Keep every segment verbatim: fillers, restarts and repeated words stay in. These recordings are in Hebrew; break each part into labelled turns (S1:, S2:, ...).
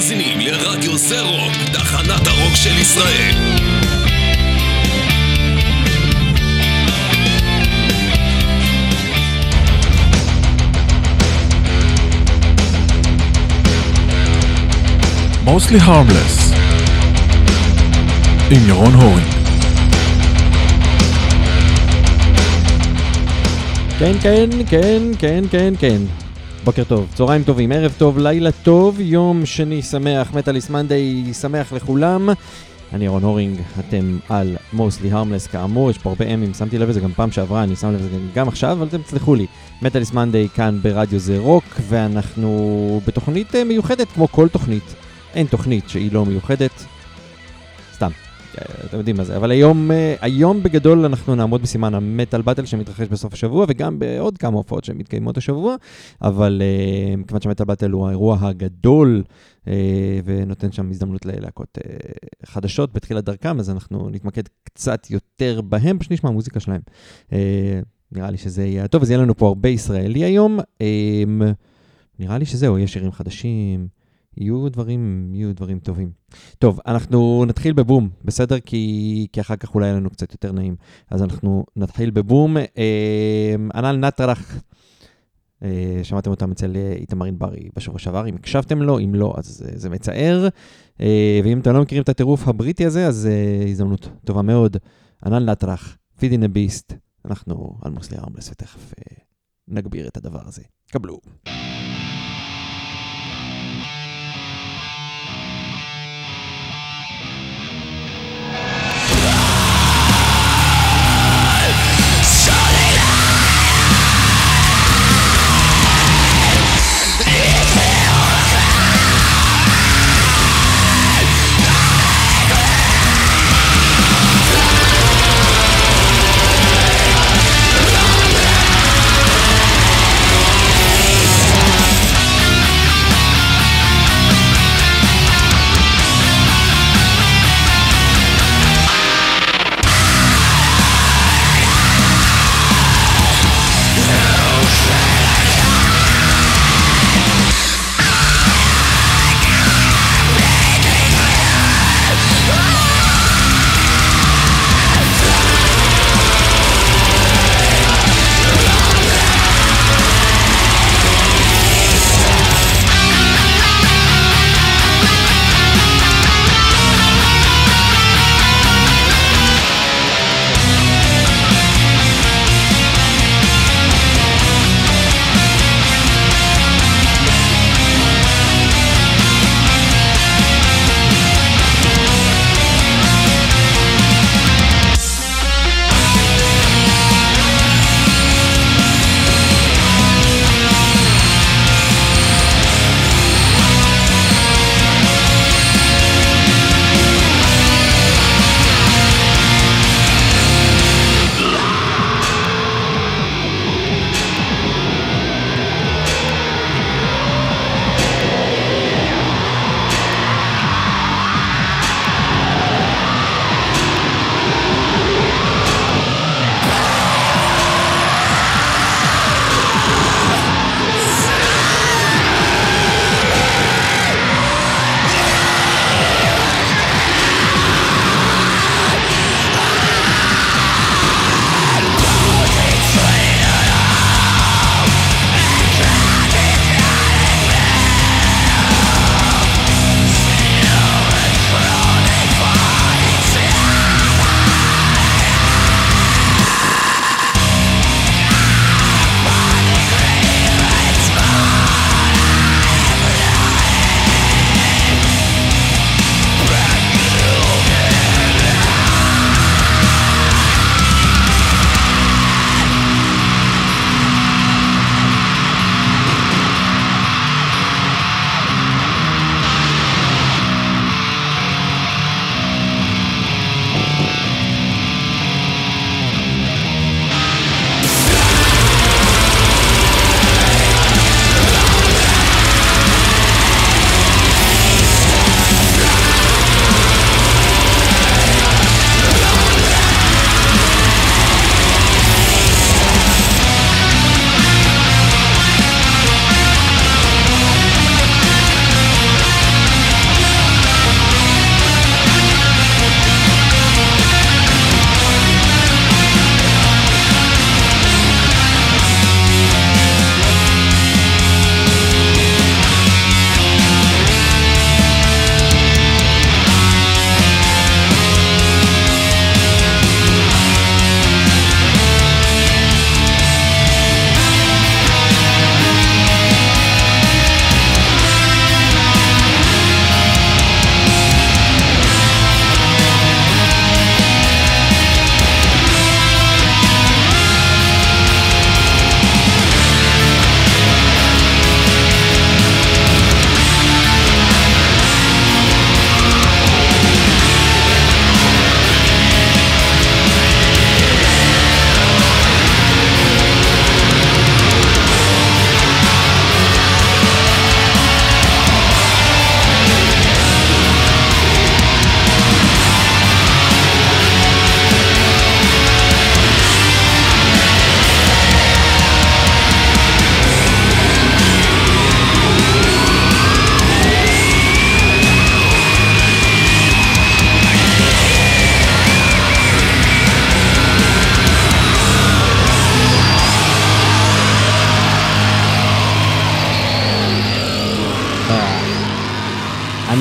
S1: מאזינים לרדיו זה רוק, תחנת הרוק של ישראל.
S2: Mostly Harmless עם ירון הורינג.
S3: כן, כן, כן, כן, כן, כן. בוקר טוב, צהריים טובים, ערב טוב, לילה טוב, יום שני שמח, מטאליסט מנדיי שמח לכולם. אני ירון הורינג, אתם על Mostly Harmless כאמור, יש פה הרבה אמים, שמתי לב לזה גם פעם שעברה, אני שם לב לזה גם עכשיו, אבל אתם תסלחו לי. מטאליסט מנדיי כאן ברדיו זה רוק, ואנחנו בתוכנית מיוחדת כמו כל תוכנית. אין תוכנית שהיא לא מיוחדת, סתם, אתם יודעים מה זה, אבל היום, היום בגדול אנחנו נעמוד בסימן המטל באטל שמתרחש בסוף השבוע, וגם בעוד כמה הופעות שמתקיימות השבוע, אבל כיוון שהמטל באטל הוא האירוע הגדול, ונותן שם הזדמנות ללהקות חדשות בתחילת דרכם, אז אנחנו נתמקד קצת יותר בהם, פשוט נשמע המוזיקה שלהם. נראה לי שזה יהיה טוב, אז יהיה לנו פה הרבה ישראלי היום, נראה לי שזהו, יש שירים חדשים, יהיו דברים, יהיו דברים טובים. טוב, אנחנו נתחיל בבום, בסדר? כי, כי אחר כך אולי לנו קצת יותר נעים. אז אנחנו נתחיל בבום. אה, ענן נטרח, אה, שמעתם אותם אצל איתמר ענברי בשבוע שעבר, אם הקשבתם לו, אם לא, אז אה, זה מצער. אה, ואם אתם לא מכירים את הטירוף הבריטי הזה, אז אה, הזדמנות טובה מאוד. ענן נטרח, Feed in a Beast, אנחנו על Mostly Harmless, ותכף אה, נגביר את הדבר הזה. קבלו.
S4: We'll be right back.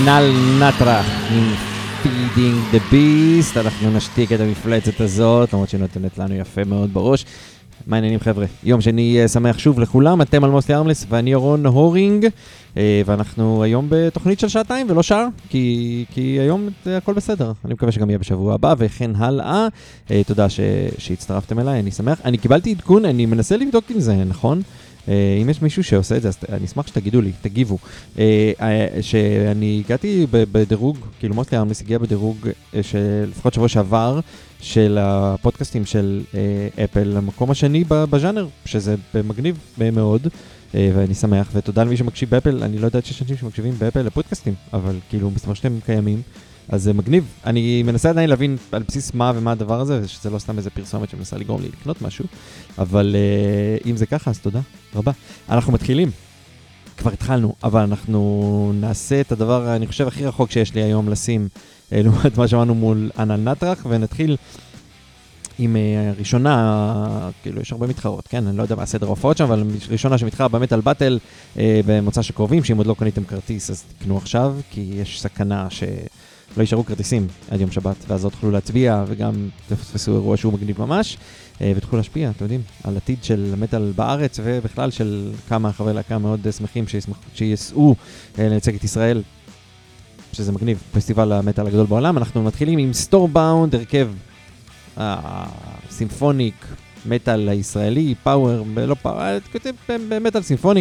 S3: אנל נטרה עם Feeding the Beast. אנחנו נשתיק את המפלצת הזאת, למרות שהיא נותנת לנו יפה מאוד בראש. מה העניינים חבר'ה? יום שני שמח שוב לכולם, אתם על מוסטי ארמלס ואני רון הורינג, ואנחנו היום בתוכנית של שעתיים ולא שעה, כי, כי היום הכל בסדר. אני מקווה שגם יהיה בשבוע הבא וכן הלאה. תודה ש, שהצטרפתם אליי, אני שמח. אני קיבלתי עדכון, אני מנסה לבדוק אם זה נכון. אם יש מישהו שעושה את זה, אז אני אשמח שתגידו לי, תגיבו. שאני הגעתי בדירוג, כאילו מוסטי ארמלס הגיע בדירוג שלפחות שבוע שעבר, של הפודקאסטים של אפל, למקום השני בז'אנר, שזה מגניב מאוד, ואני שמח, ותודה למי שמקשיב באפל. אני לא יודעת שיש אנשים שמקשיבים באפל לפודקאסטים, אבל כאילו מסתבר שאתם קיימים, אז זה מגניב. אני מנסה עדיין להבין על בסיס מה ומה הדבר הזה, שזה לא סתם איזה פרסומת שמנסה לגרום לי לקנות משהו, אבל אם זה ככה, אז תודה רבה. אנחנו מתחילים, כבר התחלנו, אבל אנחנו נעשה את הדבר, אני חושב, הכי רחוק שיש לי היום לשים, לעומת מה שמענו מול אנל נטרח, ונתחיל עם ראשונה, כאילו יש הרבה מתחרות, כן? אני לא יודע מה הסדר ההופעות שם, אבל ראשונה שמתחרה באמת על באטל במוצא שקרובים, שאם עוד לא קניתם כרטיס, אז תקנו עכשיו, כי יש סכנה שלא יישארו כרטיסים עד יום שבת, ואז לא תוכלו להצביע, וגם תפסו אירוע שהוא מגניב ממש, ותוכלו להשפיע, אתם יודעים, על עתיד של מטל בארץ, ובכלל של כמה חברי להקה מאוד שמחים שיסעו לייצג את ישראל, שזה מגניב, פסטיבל המטל הגדול בעולם. אנחנו מתחילים עם סטורבאונד, הרכב סימפוניק, מטל הישראלי, פאוור, לא פאוור, מטל סימפוני.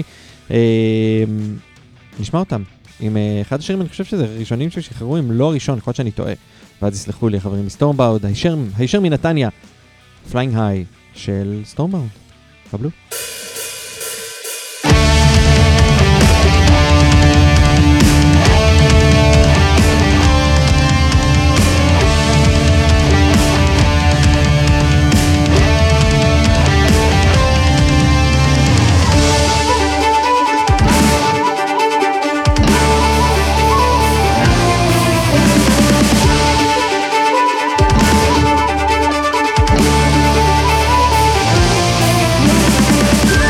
S3: נשמע אותם עם אחד השירים, אני חושב שזה ראשונים ששחררו, אם לא הראשון, יכול להיות שאני טועה, ואז יסלחו לי חברים מסטורבאונד, הישר מנתניה, Flying High של סטורבאונד. קבלו.
S4: We'll be right back.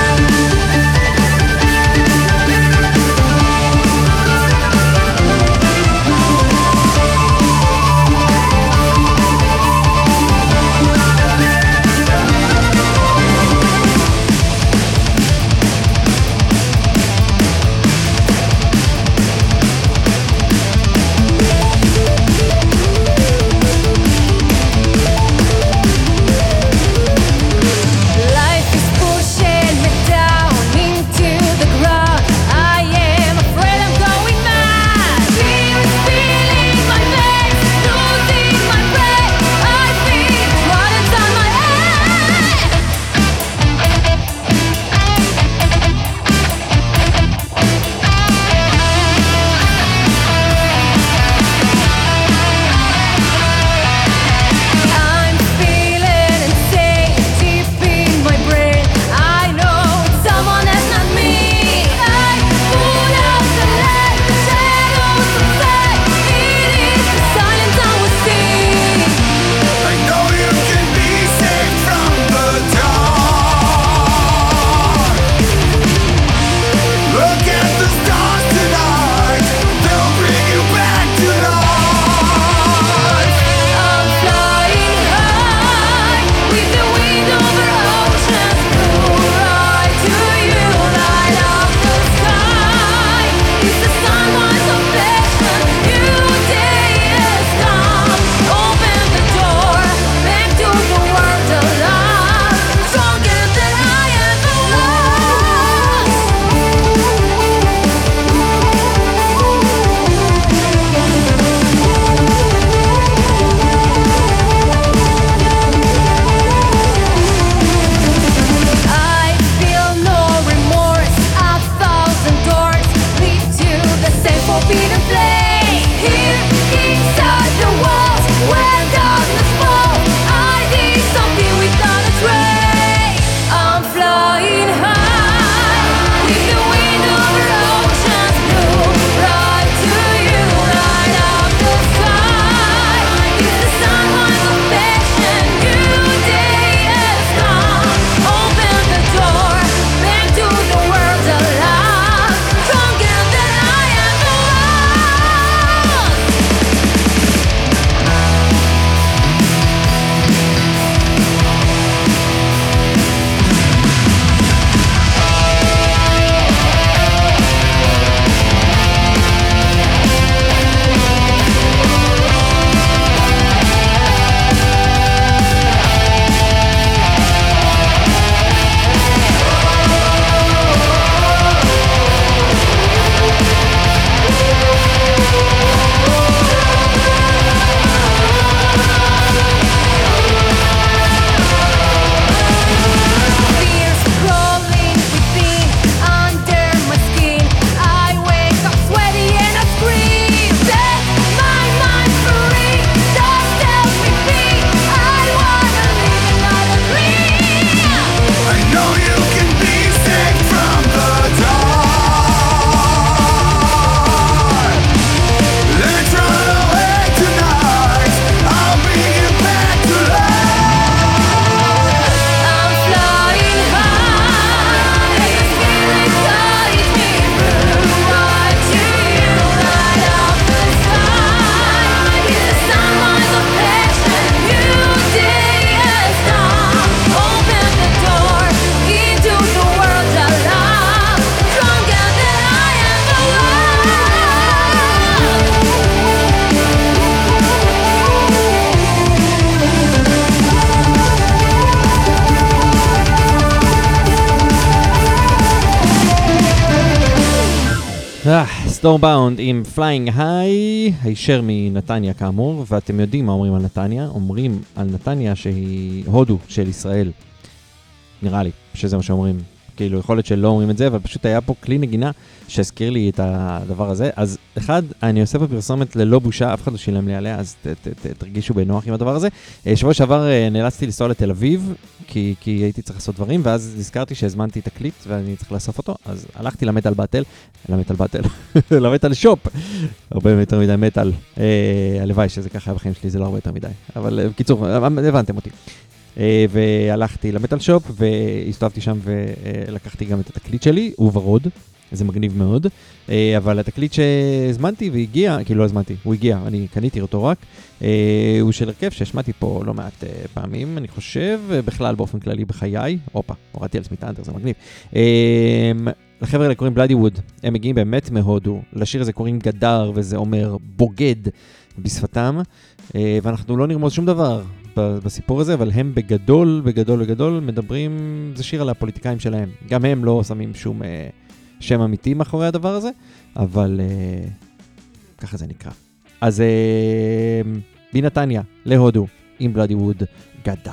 S3: סטורבאונד עם פליינג היי, הישר מנתניה כאמור, ואתם יודעים מה אומרים על נתניה? אומרים על נתניה שהיא הודו של ישראל. נראה לי שזה מה שאומרים. כאילו, יכול להיות שלא אומרים את זה, אבל פשוט היה פה כלי נגינה שהזכיר לי את הדבר הזה. אז אחד, אני עושה פה פרסומת ללא בושה, אף אחד לא שילם לי עליה, אז ת, ת, ת, תרגישו בנוח עם הדבר הזה. שבוע שעבר נאלצתי לנסוע לתל אביב, כי, כי הייתי צריך לעשות דברים, ואז נזכרתי שהזמנתי תקליט ואני צריך לאסוף אותו, אז הלכתי למטל באטל, למטל באטל, למטל שופ, הרבה יותר מדי מטל. הלוואי שזה ככה בחיים שלי, זה לא הרבה יותר מדי, אבל בקיצור, הבנתם אותי. והלכתי למטל שופ והסתובבתי שם ולקחתי גם את התקליט שלי, הוא ורוד, זה מגניב מאוד, אבל התקליט שהזמנתי והגיע, כאילו לא הזמנתי, הוא הגיע, אני קניתי אותו רק, הוא של הרכב שהשמעתי פה לא מעט פעמים, אני חושב, בכלל באופן כללי בחיי, אופה, הורדתי על עצמי טאנדר, זה מגניב. לחבר'ה האלה קוראים בלאדי ווד, הם מגיעים באמת מהודו, לשיר הזה קוראים גדר וזה אומר בוגד בשפתם, ואנחנו לא נרמוז שום דבר בסיפור הזה, אבל הם בגדול, בגדול, בגדול מדברים, זה שיר על הפוליטיקאים שלהם. גם הם לא שמים שום אה, שם אמיתי מאחורי הדבר הזה, אבל אה, ככה זה נקרא. אז אה, בנתניה, להודו, עם בלאדי ווד, גדר.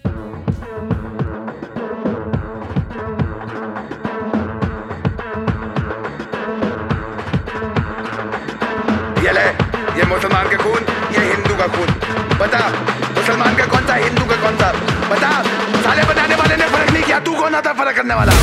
S4: ये ये मुसलमान का खून ये हिंदू का खून बता मुसलमान का कौन सा हिंदू का कौन सा बता साले बताने वाले ने फर्क नहीं किया तू कौन आता फर्क करने वाला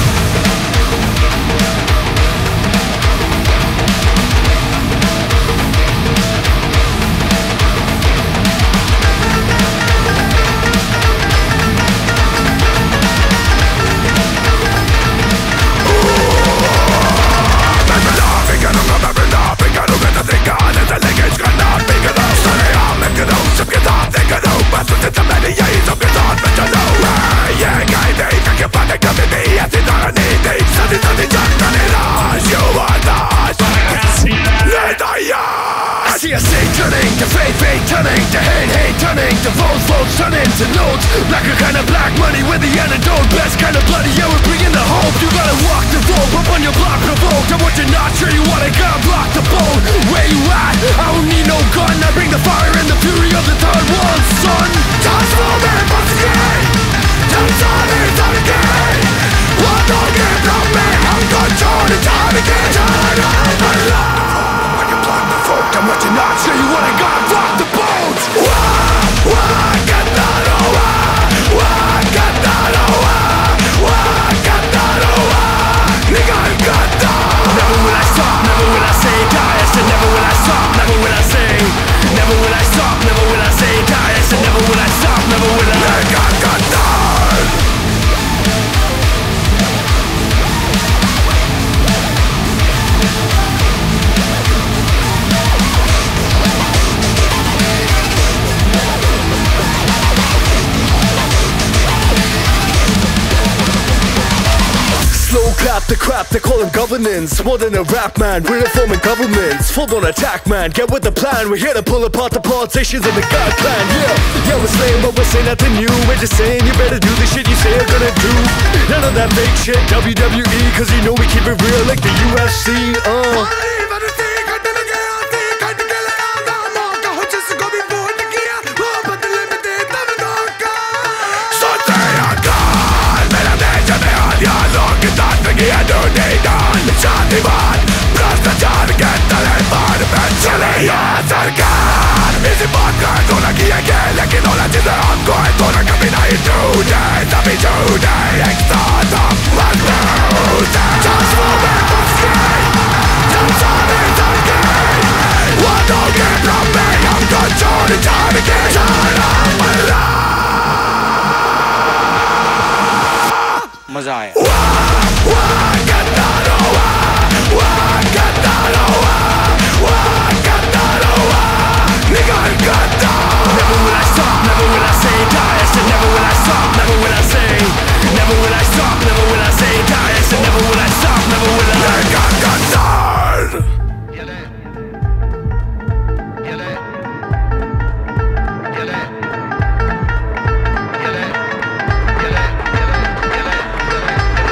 S4: I see a state turning to fate, fate turning to hate, hate turning to votes, votes turning to notes. Blacker kind of black money with the antidote. Best kind of bloody, yeah, we're bringing the hope. You gotta walk the rope up on your block provoked. And what you're not sure you wanna gotta block the boat. Where you at? I don't need no gun. I bring the fire and the fury of the third world, son. Just for me, once again. Just on it, on again. What don't get from me? I'm control the time again. Turn on my life. And what you're not sure you wanna gotta rock the boat. Wah, wah, get that oh, wah, wah, get that oh, wah, wah, get that oh, wah. Nigga, I got that. Never will I stop, never will I say die. I said never will I stop, never will I say. Never will I stop, never will I say die. I said never will I stop, never will I. Nigga, I got that. Slow clap the crap, they call them governance. More than a rap man, we're reforming governments. Full on attack man, get with the plan. We're here to pull apart the politicians and the God clan. Yeah, yeah, we're slaying but we're saying nothing new. We're just saying you better do the shit you say you're gonna do. None of that fake shit, W W E. Cause you know we keep it real like the U F C. Uh ये दो निदान शांतिवान भ्रष्टाचार के तले पर बैठ चले यहाँ सरकार इसी बात का तोड़ा किया गया लेकिन ओला चीज़ें हमको है तोड़ा कभी नहीं छूटे तभी छूटे एक साथ हम मजबूत हैं just for me once again just on it again what don't get from me I'm control the time again turn on my life मजा आया Never will I stop, never will I say die. I said never will I stop, never will I say. Never will I stop, never will I say die. I said never will I stop, never will I. I got concerned. Yele, yele, yele, yele, yele, yele, yele.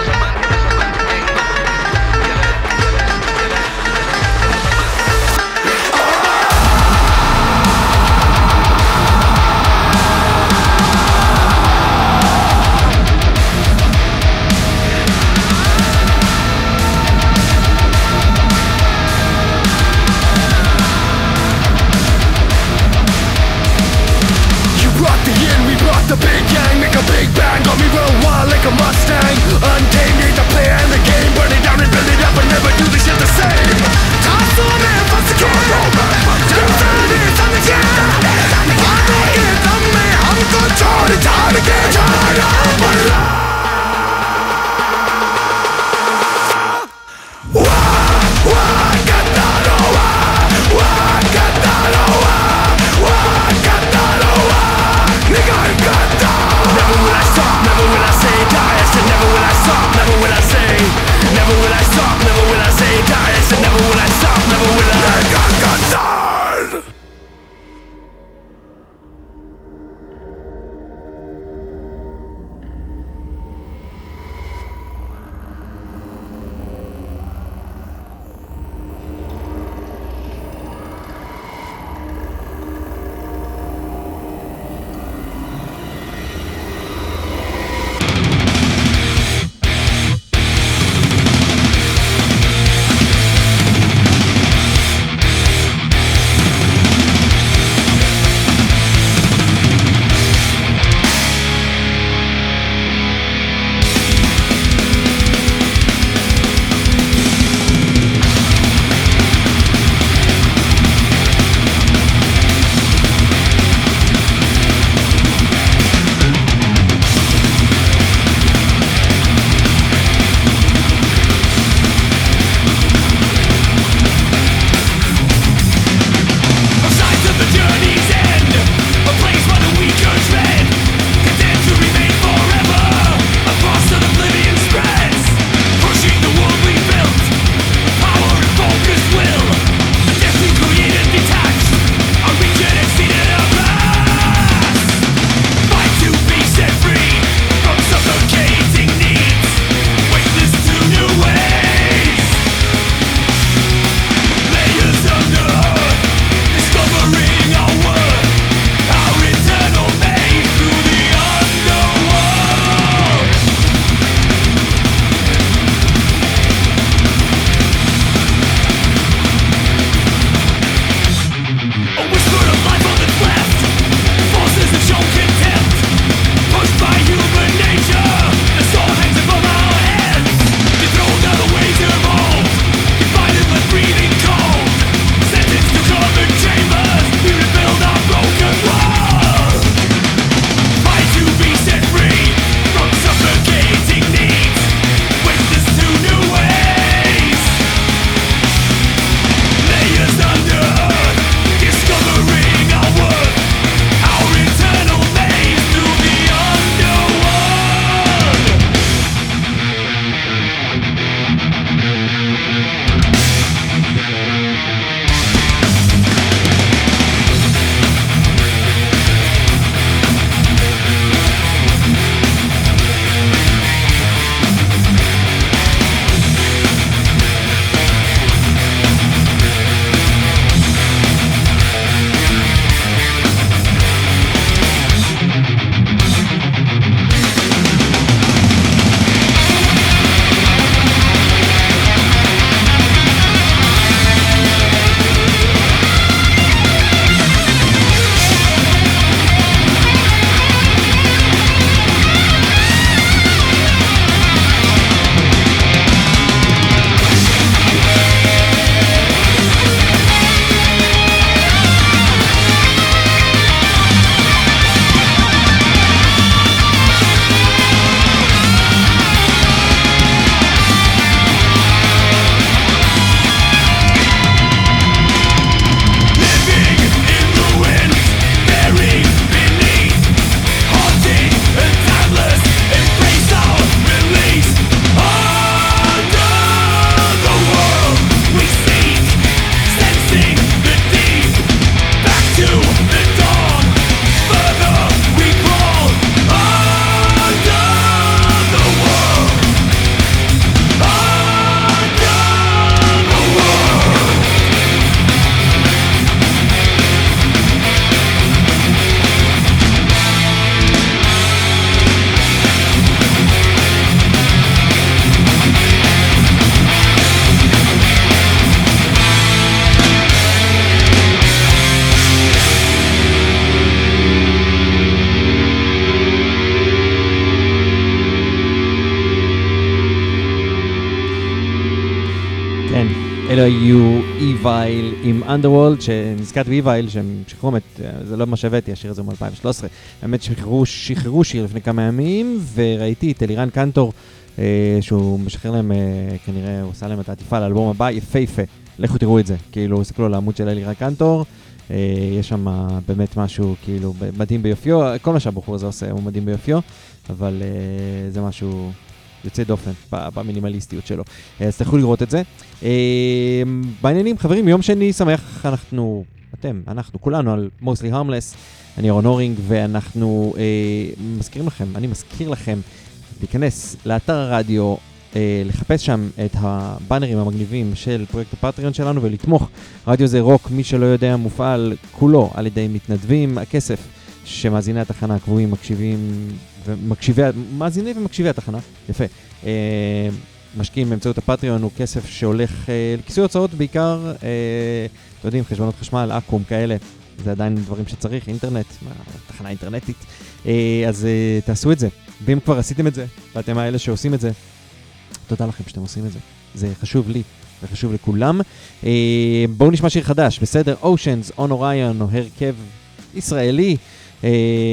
S3: אלו היו איווייל עם אנדרוולד, שנזכרת באיווייל, שהם שחררו, זה לא מה שהבאתי, השיר הזה הוא מ-אלפיים ושלוש עשרה, האמת שחררו, שחררו שיר לפני כמה ימים, וראיתי את אלירן קנטור, שהוא משחרר להם, כנראה הוא עושה להם את העטיפה לאלבום הבא, יפהפה, לכו תראו את זה, כאילו, סתכלו על העמוד של אלירן קנטור, יש שם באמת משהו כאילו מדהים ביופיו, כל מה שהבחור הזה עושה הוא מדהים ביופיו, אבל זה משהו יוצא דופן במינימליסטיות שלו. אז תוכלו לראות את זה. בעניינים, חברים, יום שני שמח, אנחנו, אתם, אנחנו, כולנו על Mostly Harmless, אני אורן הורינג, ואנחנו מזכירים לכם, אני מזכיר לכם להיכנס לאתר הרדיו, לחפש שם את הבאנרים המגניבים של פרויקט הפטריון שלנו ולתמוך. רדיו זה רוק, מי שלא יודע, מופעל כולו על ידי מתנדבים. הכסף שמאזיני התחנה הקבועים מקשיבים ומקשיבי, מאזיני ומקשיבי התחנה, יפה, אה, משקיעים באמצעות הפטריון, הוא כסף שהולך אה, לכיסוי הוצאות בעיקר, אה, אתם יודעים, חשבונות חשמל, אקום כאלה, זה עדיין דברים שצריך, אינטרנט, תחנה אינטרנטית, אה, אז אה, תעשו את זה. ואם כבר עשיתם את זה, ואתם האלה שעושים את זה, תודה לכם שאתם עושים את זה. זה חשוב לי וחשוב לכולם. אה, בואו נשמע שיר חדש, בסדר? Oceans on Orion, או הרכב ישראלי, אה,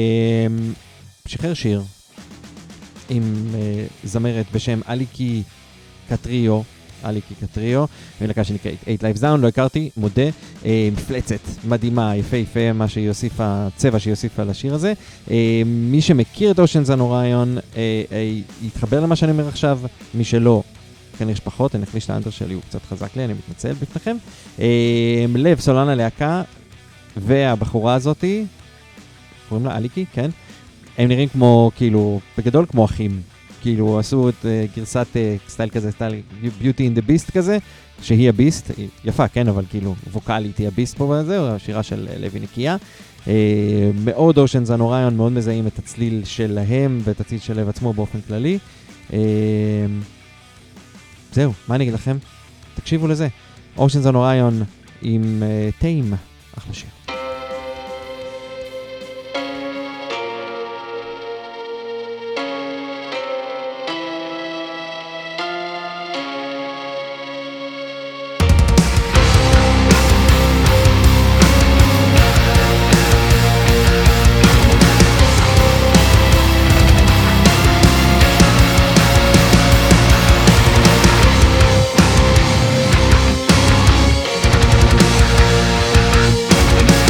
S3: שחרר שיר עם אה, זמרת בשם אליקי קטריו, אליקי קטריו, ולקה שנקראת eight Lives Down, לא הכרתי, מודה, אה, מפלצת, מדהימה, יפה יפה, מה שהיא הוסיפה, צבע שהיא הוסיפה לשיר הזה. אה, מי שמכיר את Oceans on Orion, אה, אה, יתחבר למה שאני אומר עכשיו, מי שלא, כן יש פחות, אני אחליש את האנטר שלי, הוא קצת חזק לי, אני מתנצל בפניכם. אה, לב, סולן הלהקה, והבחורה הזאתי, קוראים לה אליקי, כן? הם נראים כמו, כאילו, בגדול כמו אחים. כאילו, עשו את uh, גרסת uh, סטייל כזה, סטייל Beauty in the Beast כזה, שהיא הביסט, היא יפה, כן, אבל כאילו, ווקלית היא הביסט פה וזהו, השירה של uh, לוי נקייה. Uh, מאוד Oceans on Orion, מאוד מזהים את הצליל שלהם ואת הצליל של לב עצמו באופן כללי. Uh, זהו, מה אני אגיד לכם? תקשיבו לזה. Oceans on Orion עם uh, טיים, אחלה שיר.
S4: We'll be right back.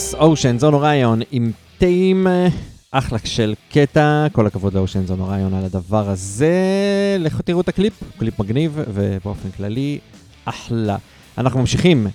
S3: Yes, Oceans on Orion עם טיים, אחלה של קטע, כל הכבוד ל-Oceans on Orion על הדבר הזה. לכו תראו את הקליפ, קליפ מגניב ובאופן כללי אחלה. אנחנו ממשיכים.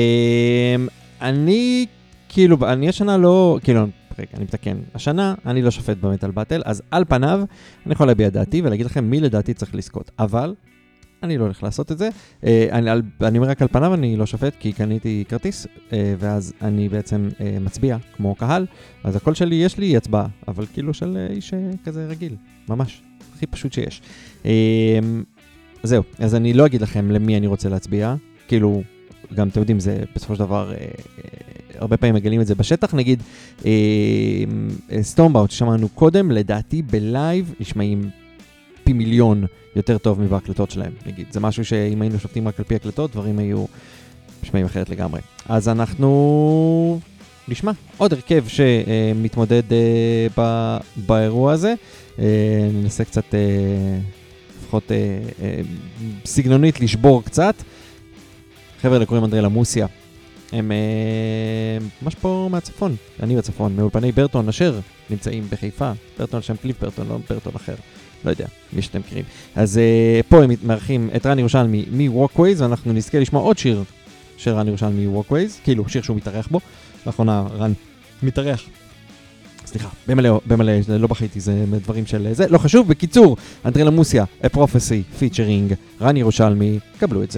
S3: אני כאילו, אני השנה לא, כאילו, רגע, אני מתקן. השנה אני לא שופט במטל באטל, אז על פניו אני יכול להביע דעתי ולהגיד לכם מי לדעתי צריך לזכות. אבל אני לא הולך לעשות את זה. אני, אני אומר רק על פניו, אני לא שופט כי קניתי כרטיס, ואז אני בעצם מצביע כמו קהל. אז הקול שלי, יש לי הצבעה, אבל כאילו של איש כזה רגיל. ממש. הכי פשוט שיש. זהו. אז אני לא אגיד לכם למי אני רוצה להצביע. כאילו, גם אתם יודעים, זה בסופו של דבר, הרבה פעמים מגלים את זה בשטח. נגיד, סטורמבאוט ששמענו קודם, לדעתי בלייב נשמעים פי מיליון יותר טוב מבהקלטות שלהם, נגיד. זה משהו שאם היינו שופטים רק על פי הקלטות, דברים היו נשמעים אחרת לגמרי. אז אנחנו נשמע עוד הרכב שמתמודד בא... באירוע הזה. ננסה קצת, לפחות סגנונית, לשבור קצת. חבר'ה לקוראים אנדרלה מוסיה. הם ממש פה מהצפון, אני בצפון, מאולפני ברטון אשר נמצאים בחיפה. ברטון שם קליף ברטון, לא ברטון אחר. לא יודע, מי שאתם מכירים. אז uh, פה הם מארחים את רן ירושלמי מ-Walkways, ואנחנו נזכה לשמוע עוד שיר של רן ירושלמי מ-Walkways, כאילו שיר שהוא מתארח בו. לאחרונה רן מתארח. סליחה, במלא, במלא, לא בכיתי, זה דברים של זה. לא חשוב, בקיצור, אנדרלה מוסיה, A Prophecy, פיצ'רינג, רן ירושלמי, קבלו את זה.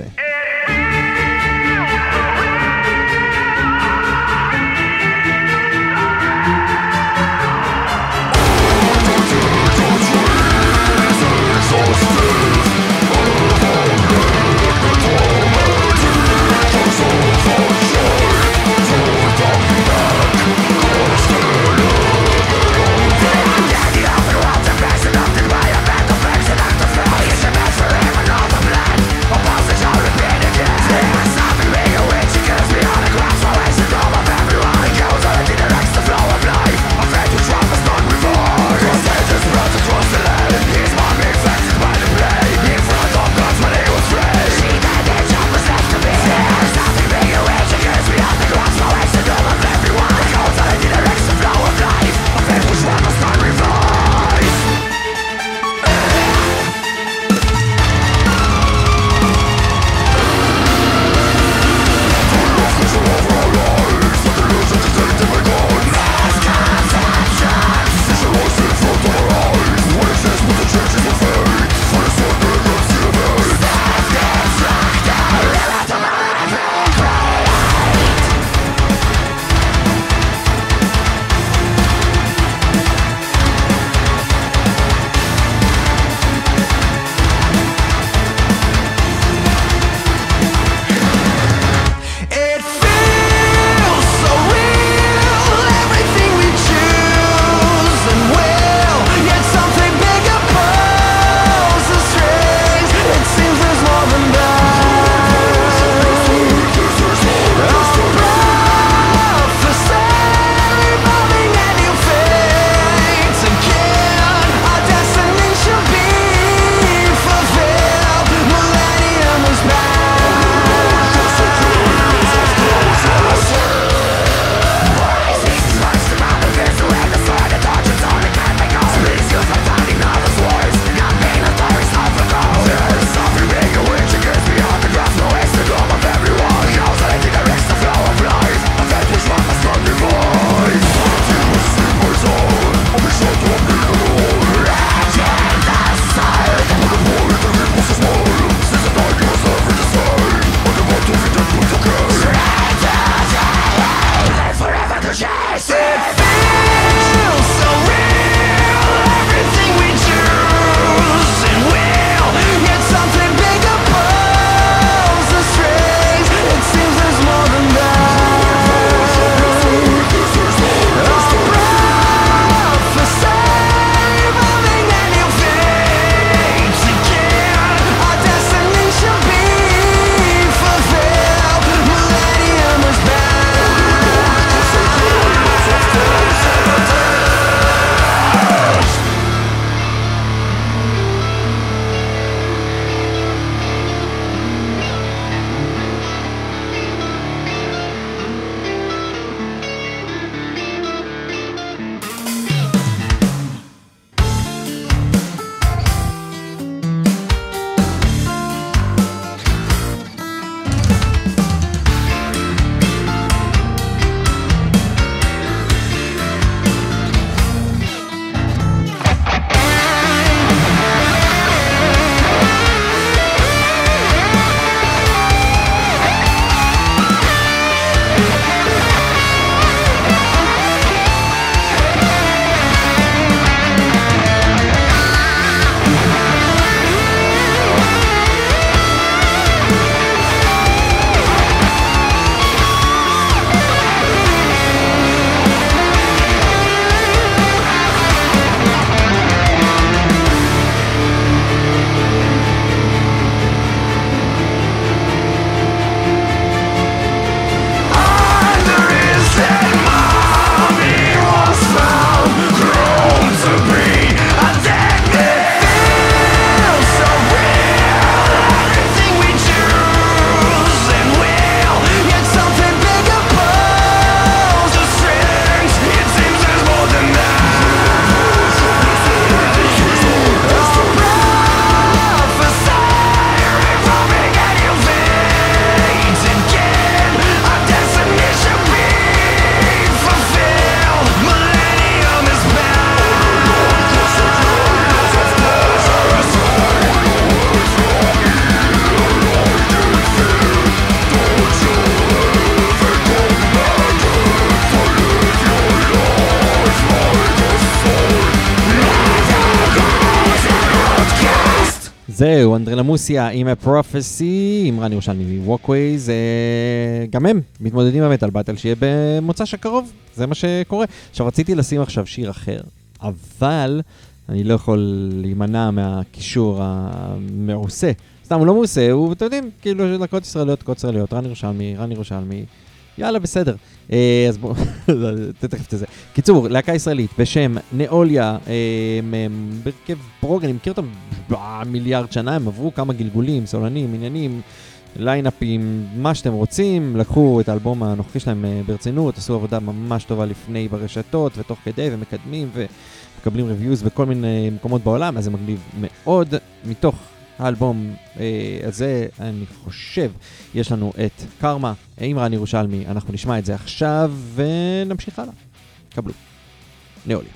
S3: זהו, אנדרלמוסיה עם הפרופסי, עם רן ירושלמי מווקווייז, גם הם מתמודדים באמת על באטל שיהיה במוצ"ש הקרוב, זה מה שקורה. עכשיו רציתי לשים עכשיו שיר אחר, אבל אני לא יכול להימנע מהקישור המעושה. סתם, הוא לא מעושה, הוא, אתם יודעים, כאילו לקות ישראליות, קות ישראליות, רן ירושלמי, רן ירושלמי, יאללה, בסדר. אז בואו, תכף תזה. קיצור, להקה ישראלית בשם נאוליה, ברכב פרוג, אני מכיר אותם מיליארד שנה, הם עברו כמה גלגולים, סולנים, עניינים, ליינאפים, מה שאתם רוצים, לקחו את האלבום הנוכחי שלהם ברצינות, עשו עבודה ממש טובה לפני ברשתות, ותוך כדי, ומקדמים, ומקבלים ריוויוז בכל מיני מקומות בעולם, אז זה מגניב מאוד. מתוך האלבום הזה, אני חושב, יש לנו את קרמה עם רן ירושלמי, אנחנו נשמע את זה עכשיו ונמשיך הלאה. קבלו. נאוליה.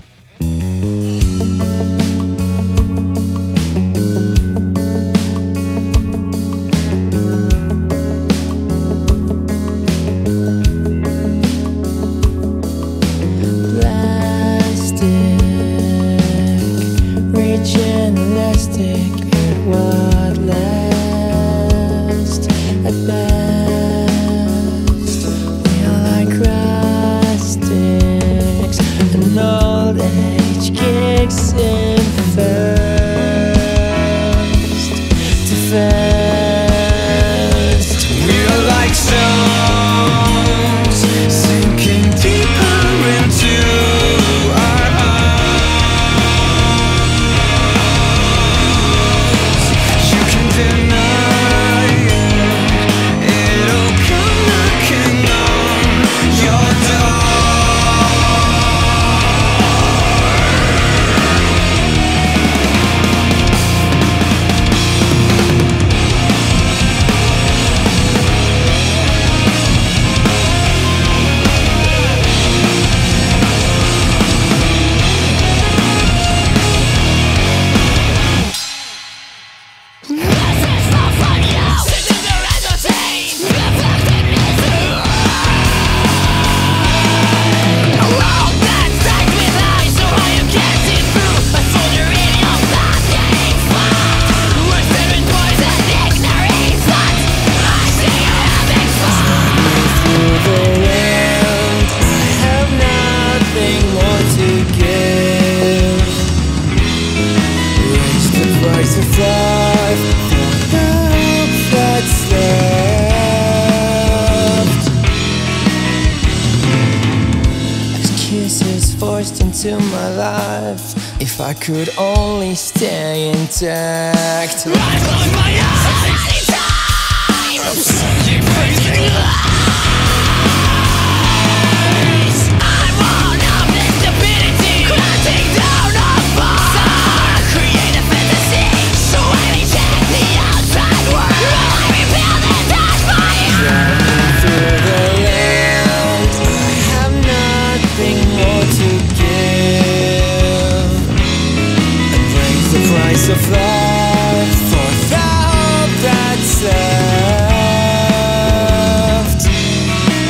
S5: What last at best? We are like rustics, and old age kicks in first to first. We are like stones sinking deeper into our into my life. If I could only stay intact. I close my eyes anytime. I'm keep facing lies. I'm one of this stupidity, crashing down a bar. Create a fantasy, so I reject the outside world. I rebuild and touch my heart. Traveling through the land, I have nothing more to give. Embrace the price of life for the hope that's left.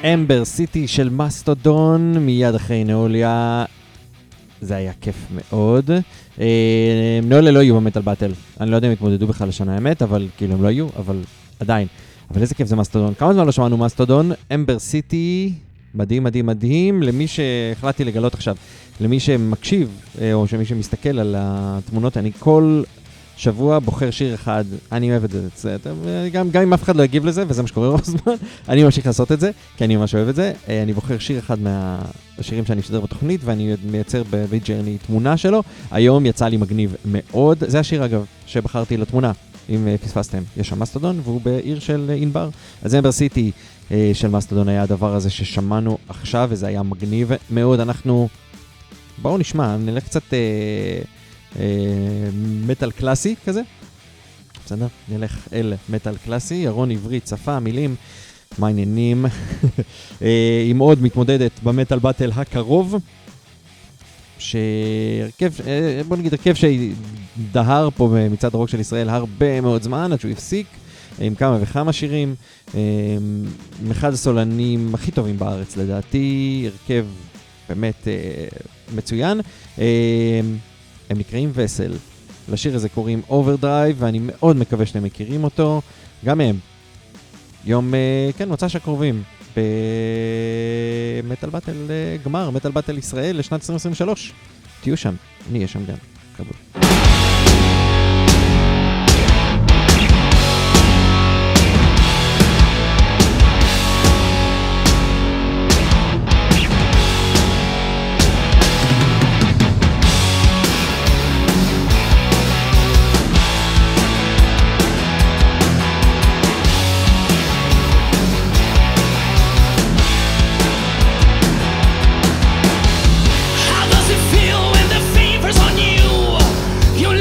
S3: אמבר סיטי של מסטודון, מיד אחרי נאוליה. זה היה כיף מאוד. נאוליה לא יהיו במטל באטל. אני לא יודע אם התמודדו בכלל לשנה האמת, אבל כאילו הם לא יהיו, אבל עדיין. אבל איזה כיף זה מסטודון. כמה זמן לא שמענו מסטודון? אמבר סיטי, מדהים, מדהים, מדהים. למי שהחלטתי לגלות עכשיו, למי שמקשיב, או שמי שמסתכל על התמונות, אני כל שבוע בוחר שיר אחד, אני אוהב את זה, זה גם, גם אם אף אחד לא יגיב לזה, וזה מה שקורה רוב הזמן, אני ממשיך לעשות את זה, כי אני ממש אוהב את זה. אני בוחר שיר אחד מהשירים שאני משדר בתוכנית, ואני מייצר בג'רני תמונה שלו. היום יצא לי מגניב מאוד. זה השיר אגב שבחרתי לתמונה, אם פספסתם. יש שם מסטודון, והוא בעיר של אינבר. אז אמבר סיטי של מסטודון היה הדבר הזה ששמענו עכשיו, וזה היה מגניב מאוד. אנחנו, בואו נשמע, נלך קצת מטל קלאסי כזה. בסדר? נלך אל מטל קלאסי. ירון עברית, שפה, מילים, מה העניינים? היא מאוד מתמודדת במטל באטל הקרוב, שהרכב, בוא נגיד הרכב שדהר פה מצד הרוק של ישראל הרבה מאוד זמן, עד שהוא הפסיק, עם כמה וכמה שירים. אחד הסולנים הכי טובים בארץ לדעתי, הרכב באמת מצוין. הם נקראים וסל. לשיר הזה קוראים אוברדרייב, ואני מאוד מקווה שאתם מכירים אותו. גם הם. יום, כן, מוצ"ש הקרובים. במטל באטל גמר, מטל באטל ישראל לשנת עשרים עשרים ושלוש. תהיו שם, אני אהיה שם גם. קבול.
S5: How does it feel when the fever's on you? You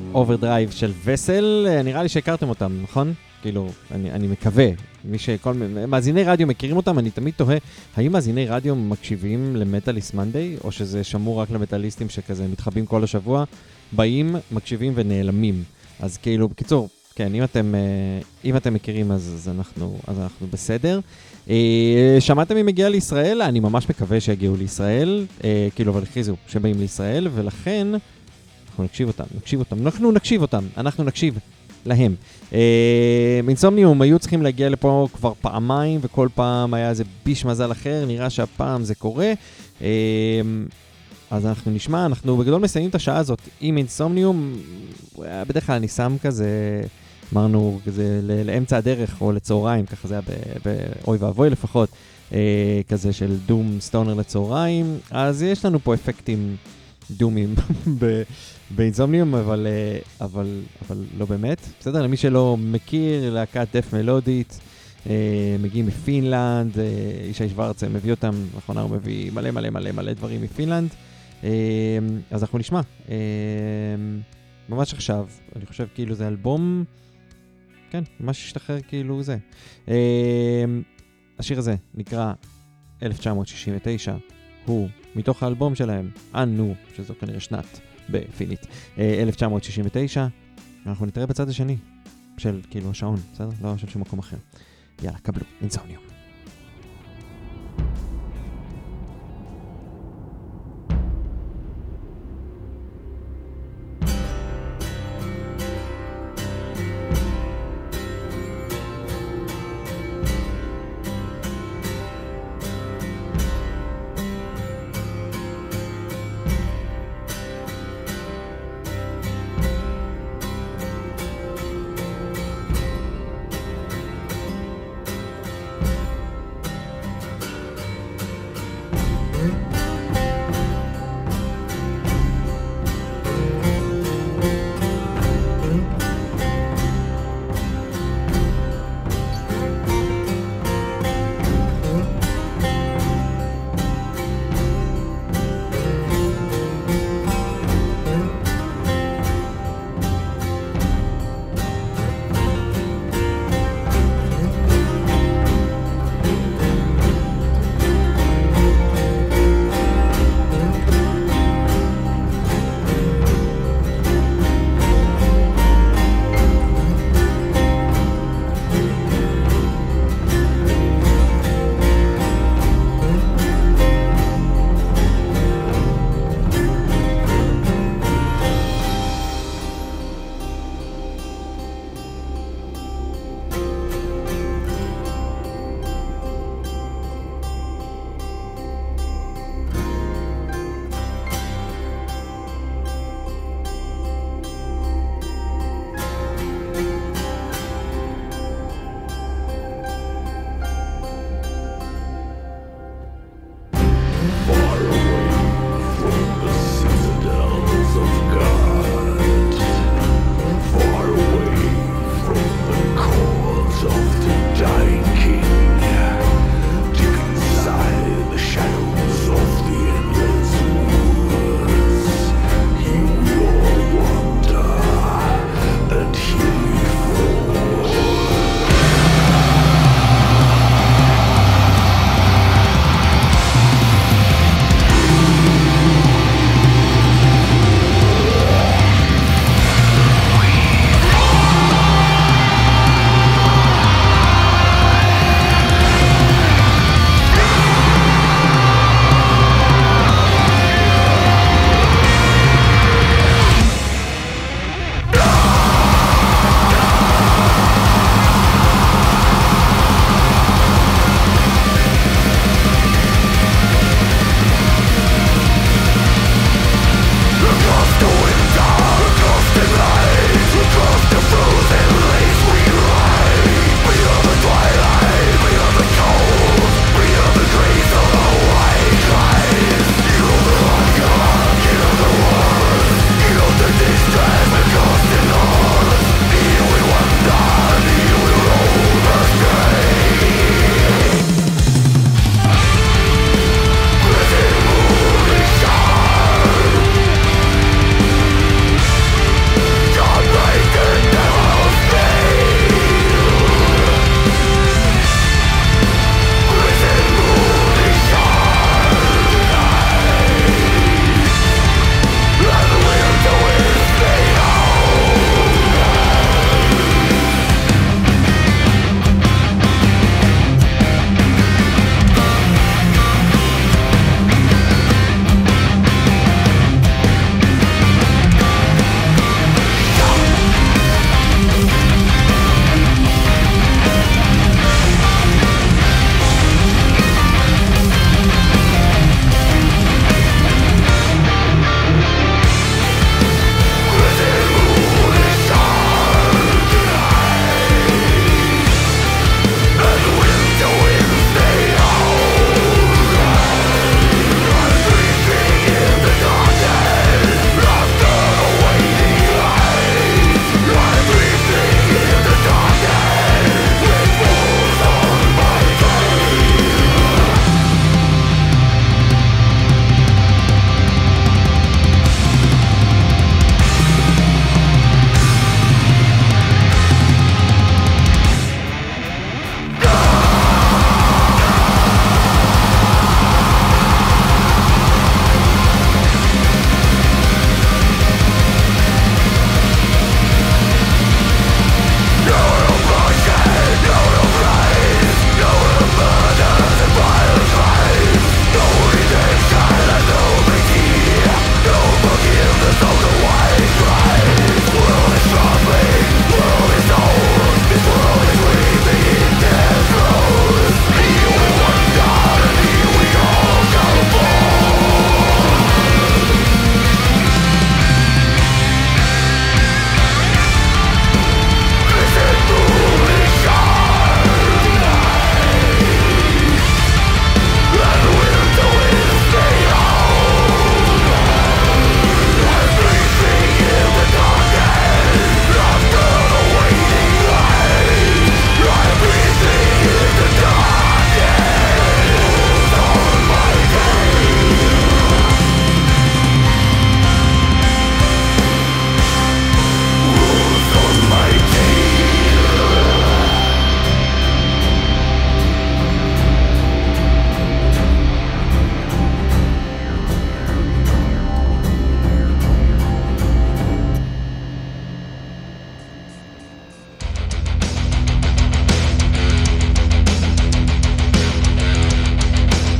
S3: אוברדרייב של וסל, נראה לי שהכרתם אותם, נכון? כאילו, אני, אני מקווה, מי שכל, מאזיני רדיו מכירים אותם, אני תמיד תוהה, האם מאזיני רדיו מקשיבים למטליסט מנדי, או שזה שמור רק למטליסטים שכזה מתחבים כל השבוע, באים, מקשיבים ונעלמים. אז כאילו, בקיצור, כן, אם אתם, אם אתם מכירים, אז, אז, אנחנו, אז אנחנו בסדר. שמעתם מי מגיע לישראל? אני ממש מקווה שיגיעו לישראל, כאילו, אבל הכריזו שבאים לישראל, ולכן אנחנו נקשיב אותם, נקשיב אותם, אנחנו נקשיב אותם, אנחנו נקשיב להם. אינסומניום היו צריכים להגיע לפה כבר פעמיים, וכל פעם היה איזה ביש מזל אחר, נראה שהפעם זה קורה. אז אנחנו נשמע, אנחנו בגדול מסיימים את השעה הזאת עם אינסומניום, בדרך כלל אני שם כזה, אמרנו, כזה לאמצע הדרך או לצהריים, ככה זה היה באוי ואבוי לפחות, כזה של דום סטונר לצהריים, אז יש לנו פה אפקטים דומים באינסומניום, אבל, אבל, אבל לא באמת. בסדר, למי שלא מכיר, להקת דף מלודית, מגיעים מפינלנד, ישי שוורץ מביא אותם, לאחרונה הוא מביא מלא מלא מלא מלא דברים מפינלנד, אז אנחנו נשמע. ממש עכשיו, אני חושב כאילו זה אלבום, כן, ממש השתחרר כאילו זה. השיר הזה נקרא אלף תשע מאות שישים ותשע, הוא מתוך האלבום שלהם, אנו, שזו כנראה שנת בפינית, אלף תשע מאות שישים ותשע, אנחנו נתראה בצד השני של כאילו השעון, בסדר? לא של שום מקום אחר. יאללה, קבלו, אינסומניום.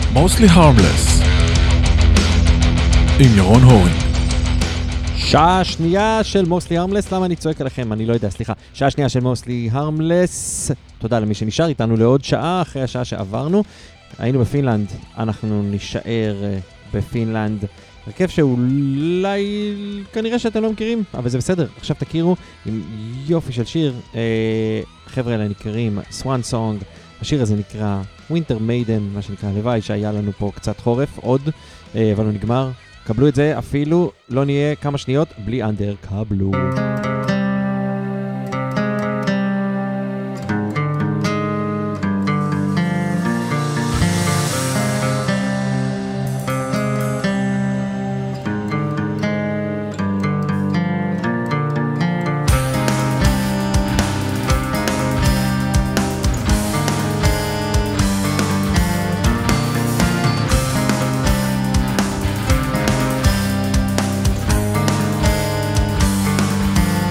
S2: Mostly Harmless עם ירון הורינג.
S3: שעה שנייה של מוסלי הרמלס, למה אני צועק עליכם? אני לא יודע, סליחה. שעה שנייה של מוסלי הרמלס, תודה למי שנשאר איתנו לעוד שעה אחרי השעה שעברנו. היינו בפינלנד, אנחנו נשאר בפינלנד. הרכב שאולי, כנראה שאתם לא מכירים, אבל זה בסדר, עכשיו תכירו עם יופי של שיר. אה, חבר'ה האלה נקראים Swan Song, השיר הזה נקרא Winter Maiden, מה שנקרא, הלוואי שהיה לנו פה קצת חורף עוד, אה, אבל הוא נגמר. קבלו את זה, אפילו לא נהיה כמה שניות בלי אנדר, קבלו.
S5: We'll be right back.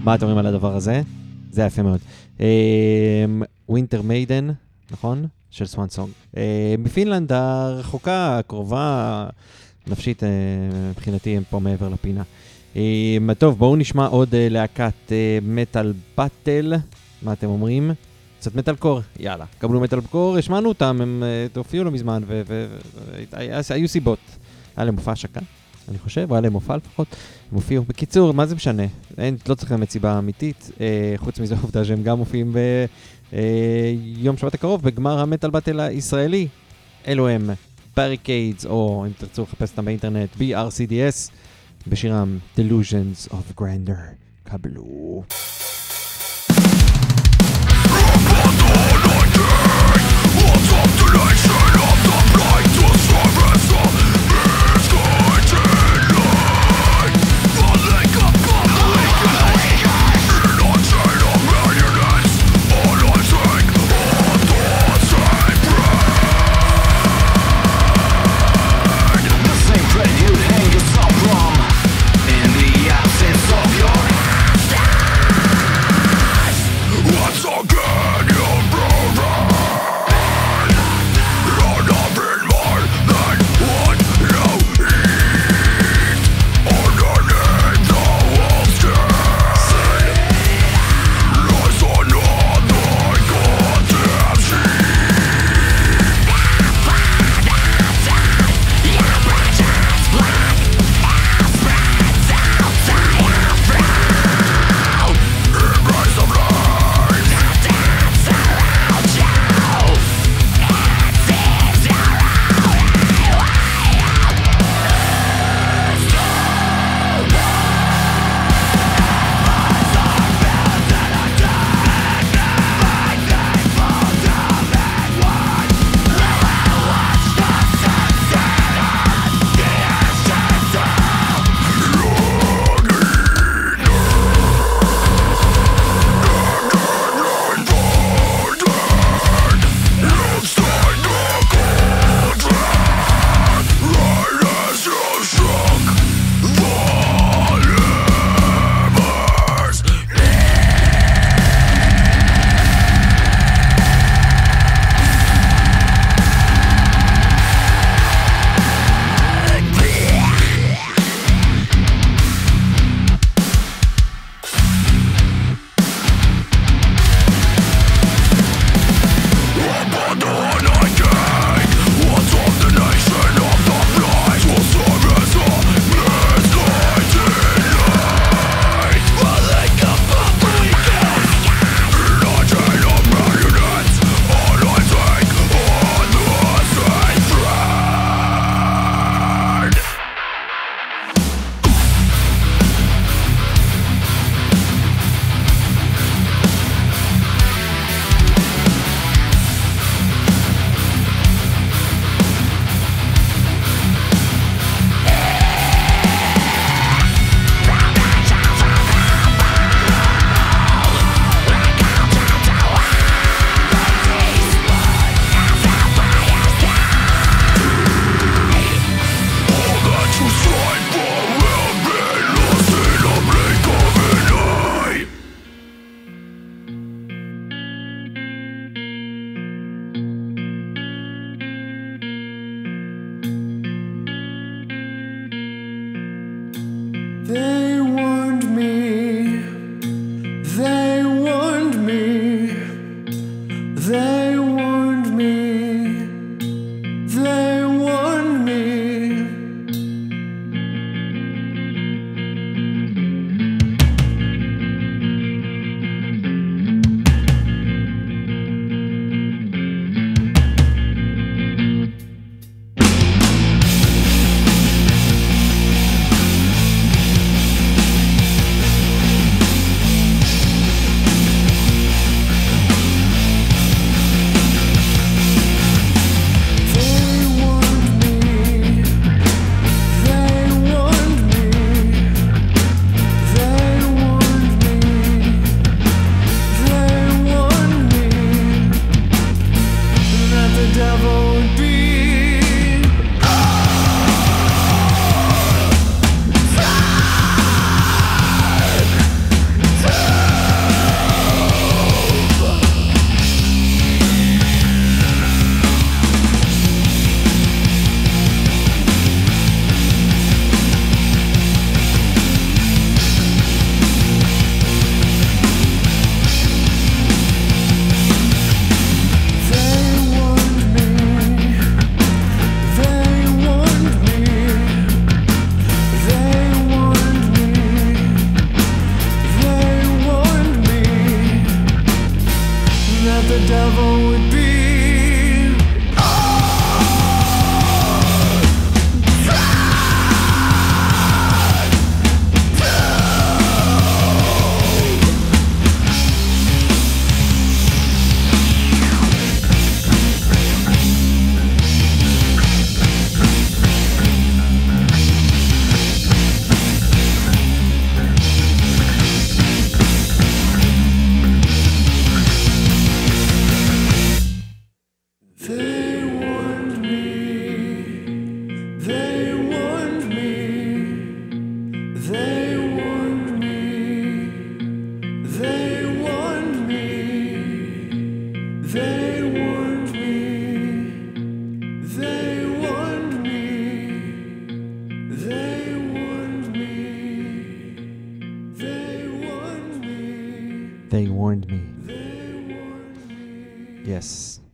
S3: מה אתם אומרים על הדבר הזה? זה יפה מאוד. ווינטר מיידן, נכון? של סואן סונג. בפינלנד הרחוקה, הקרובה, נפשית, מבחינתי הם פה מעבר לפינה. טוב, בואו נשמע עוד להקת מטל באטל. מה אתם אומרים? קצת מטל קור, יאללה. קבלו מטל קור, השמענו אותם, הם תופיעו לא מזמן, והיו סיבות. היה להם מופע השקה, אני חושב, היה להם מופע לפחות. הם הופיעו. בקיצור, מה זה משנה? אין, לא צריך להם מסיבה אמיתית, חוץ מזה עובדה שהם גם מופיעים ביום שבת הקרוב, בגמר המטל באטל הישראלי. אלו הם Barricades, או אם תרצו לחפש אותם באינטרנט, בי אר סי די אס, בשירם Delusions of Grandeur. קבלו. They warned me. Yes.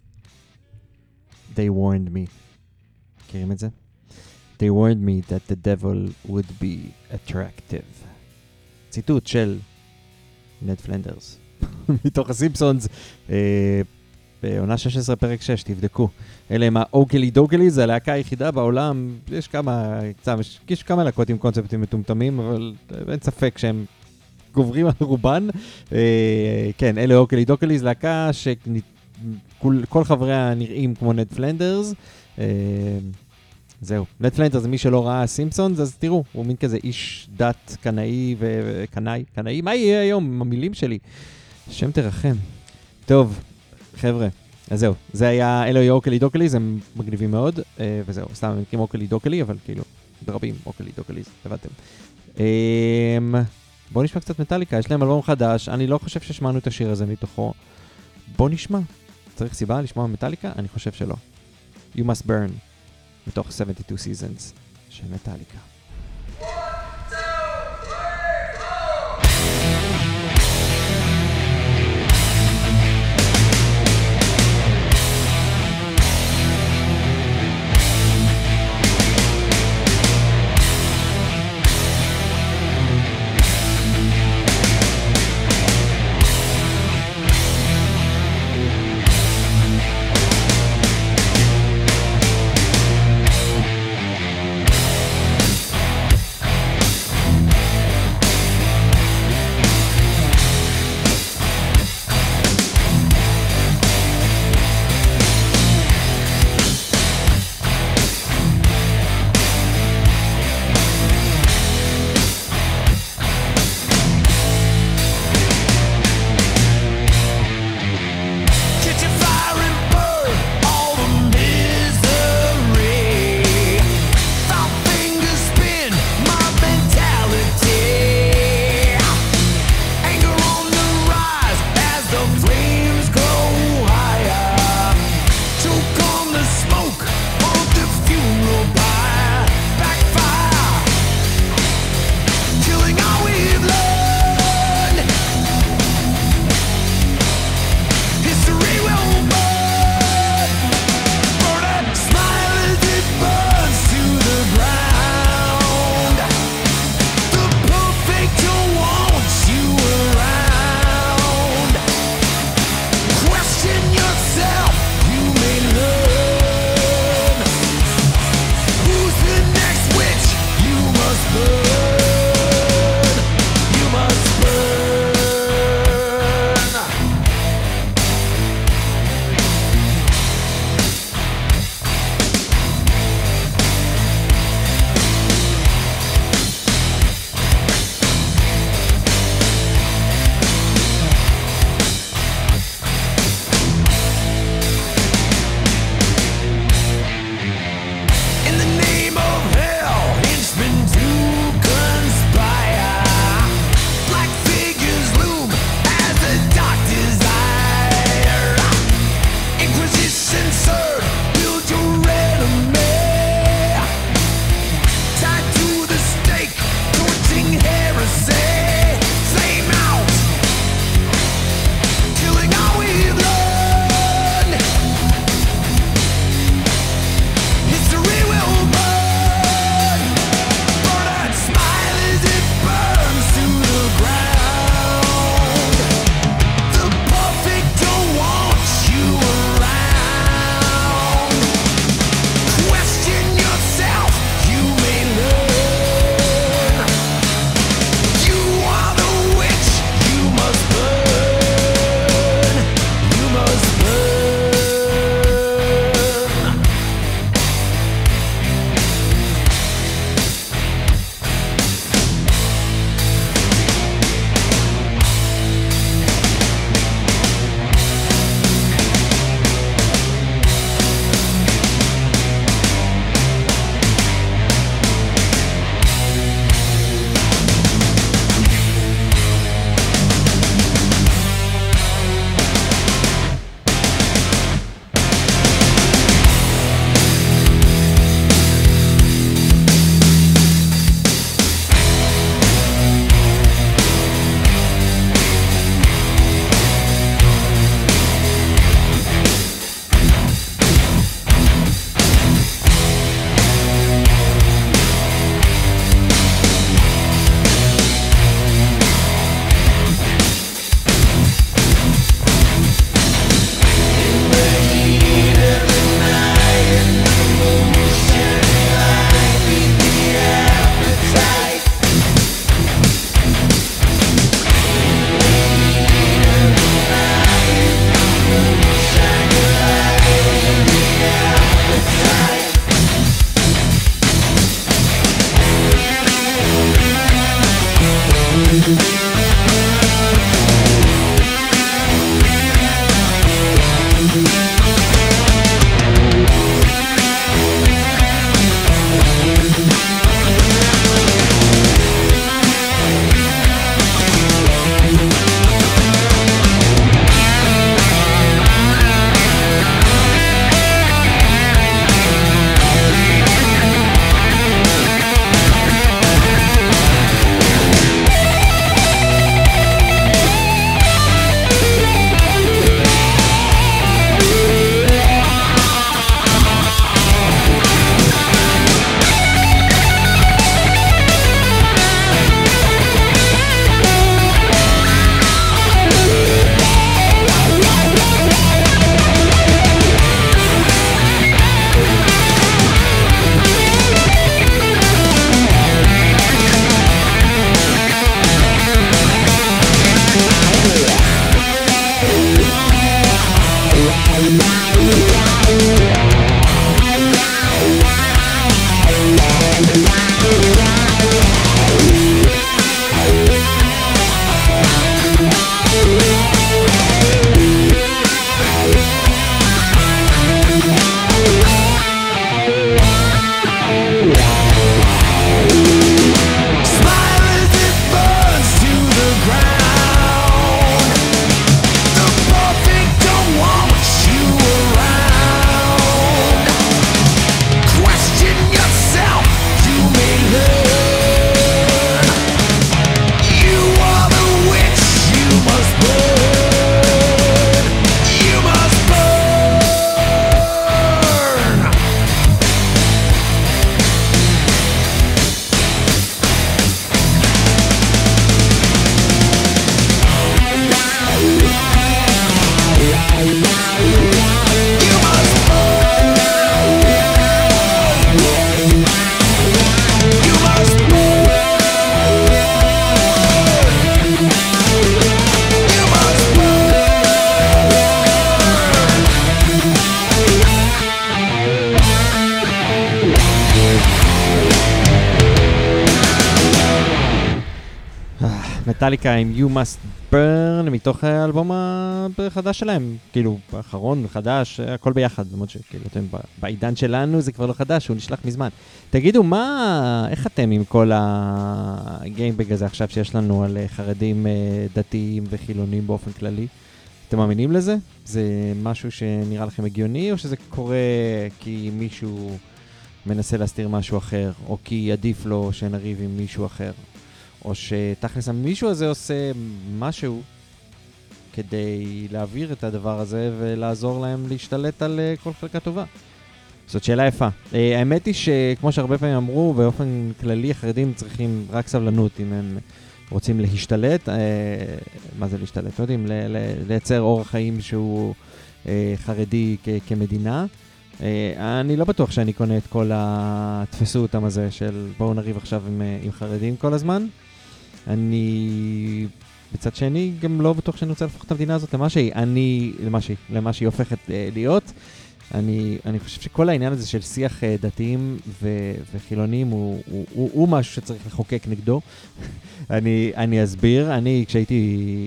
S3: They warned me. מכירים את זה? They warned me that the devil would be attractive. ציטוט של נד פלנדרס. מתוך הסימפסונס, אה, בעונה שש עשרה פרק שש, תבדקו. אלה הם האוקלי דוקלי, זה הלהקה היחידה בעולם, יש כמה, יש, יש כמה להקות עם קונספטים מטומטמים, אבל אין ספק שהם גוברים על רובן. אה, כן, אלה אוקלי דוקלי, זה להקה שכל חבריה נראים כמו נד פלנדרס. אה, זהו, נד פלנדרס זה מי שלא ראה סימפסונס, אז תראו, הוא מין כזה איש דת קנאי וקנאי, קנאי, מה יהיה היום עם המילים שלי? השם תרחם. טוב, חבר'ה, אז זהו, זה היה אלוהי אוקלי דוקלי, הם מגניבים מאוד, וזהו, סתם הם מכירים אוקלי דוקלי, אבל כאילו, דרבים אוקלי דוקלי, הבנתם. בואו נשמע קצת מטליקה, יש להם אלבום חדש, אני לא חושב ששמענו את השיר הזה מתוכו. בואו נשמע. צריך סיבה לשמוע מטליקה? אני חושב שלא. You Must Burn, מתוך seventy-two Seasons של מטליקה. מטאליקה עם You Must Burn מתוך האלבום החדש שלהם, כאילו האחרון, חדש, הכל ביחד, למרות שכאילו אתם בעידן שלנו זה כבר לא חדש, הוא נשלח מזמן. תגידו, מה, איך אתם עם כל הגיימבג הזה עכשיו שיש לנו על חרדים דתיים וחילונים באופן כללי? אתם מאמינים לזה? זה משהו שנראה לכם הגיוני, או שזה קורה כי מישהו מנסה להסתיר משהו אחר, או כי עדיף לו שנריב עם מישהו אחר? או שתכלס המישהו הזה עושה משהו כדי להעביר את הדבר הזה ולעזור להם להשתלט על כל חלקה טובה. זאת שאלה יפה. האמת היא שכמו שהרבה פעמים אמרו, באופן כללי החרדים צריכים רק סבלנות אם הם רוצים להשתלט. מה זה להשתלט? לא יודעים, לייצר אורח חיים שהוא חרדי כמדינה. אני לא בטוח שאני קונה את כל התפסו אותם הזה של בואו נריב עכשיו עם, עם חרדים כל הזמן. אני בצד שני גם לא בטוח שאני רוצה להפוך את המדינה הזאת למה שהיא, אני, למה שהיא, למה שהיא הופכת להיות. אני, אני חושב שכל העניין הזה של שיח דתיים ו, וחילונים הוא, הוא, הוא, הוא משהו שצריך לחוקק נגדו. אני, אני אסביר, אני כשהייתי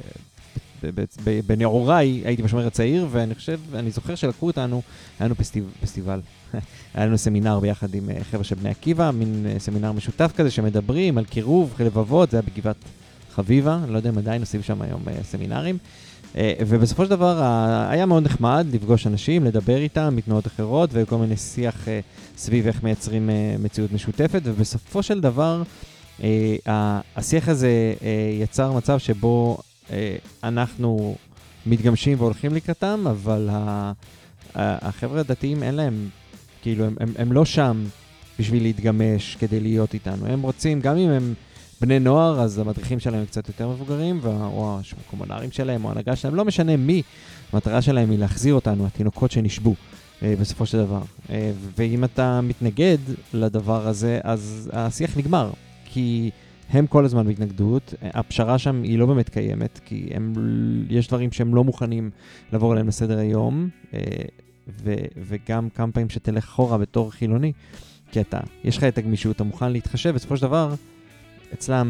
S3: בנעוריי הייתי בשומר הצעיר, ואני חושב, אני זוכר שלקחו אותנו, היה לנו פסטיב, פסטיבל, היה לנו סמינר ביחד עם חבר'ה של בני עקיבא, מין סמינר משותף כזה שמדברים על קירוב, לבבות, זה היה בגבעת חביבה, אני לא יודע אם עדיין עושים שם היום סמינרים, ובסופו של דבר היה מאוד נחמד לפגוש אנשים, לדבר איתם, מתנועות אחרות, וכל מיני שיח סביב איך מייצרים מציאות משותפת, ובסופו של דבר השיח הזה יצר מצב שבו אנחנו מתגמשים והולכים לקראתם, אבל החבר'ה הדתיים אין להם, כאילו הם, הם, הם לא שם בשביל להתגמש כדי להיות איתנו. הם רוצים, גם אם הם בני נוער, אז המדריכים שלהם קצת יותר מבוגרים, או הקומונרים שלהם, או ההנהגה שלהם, לא משנה מי, המטרה שלהם היא להחזיר אותנו, התינוקות שנשבו בסופו של דבר. ואם אתה מתנגד לדבר הזה, אז השיח נגמר, כי הם כל הזמן בהתנגדות, הפשרה שם היא לא באמת קיימת, כי הם, יש דברים שהם לא מוכנים לעבור עליהם לסדר היום, ו, וגם כמה פעמים שתלך אחורה בתור חילוני, כי אתה, יש לך את הגמישות, אתה מוכן להתחשב, בסופו של דבר, אצלם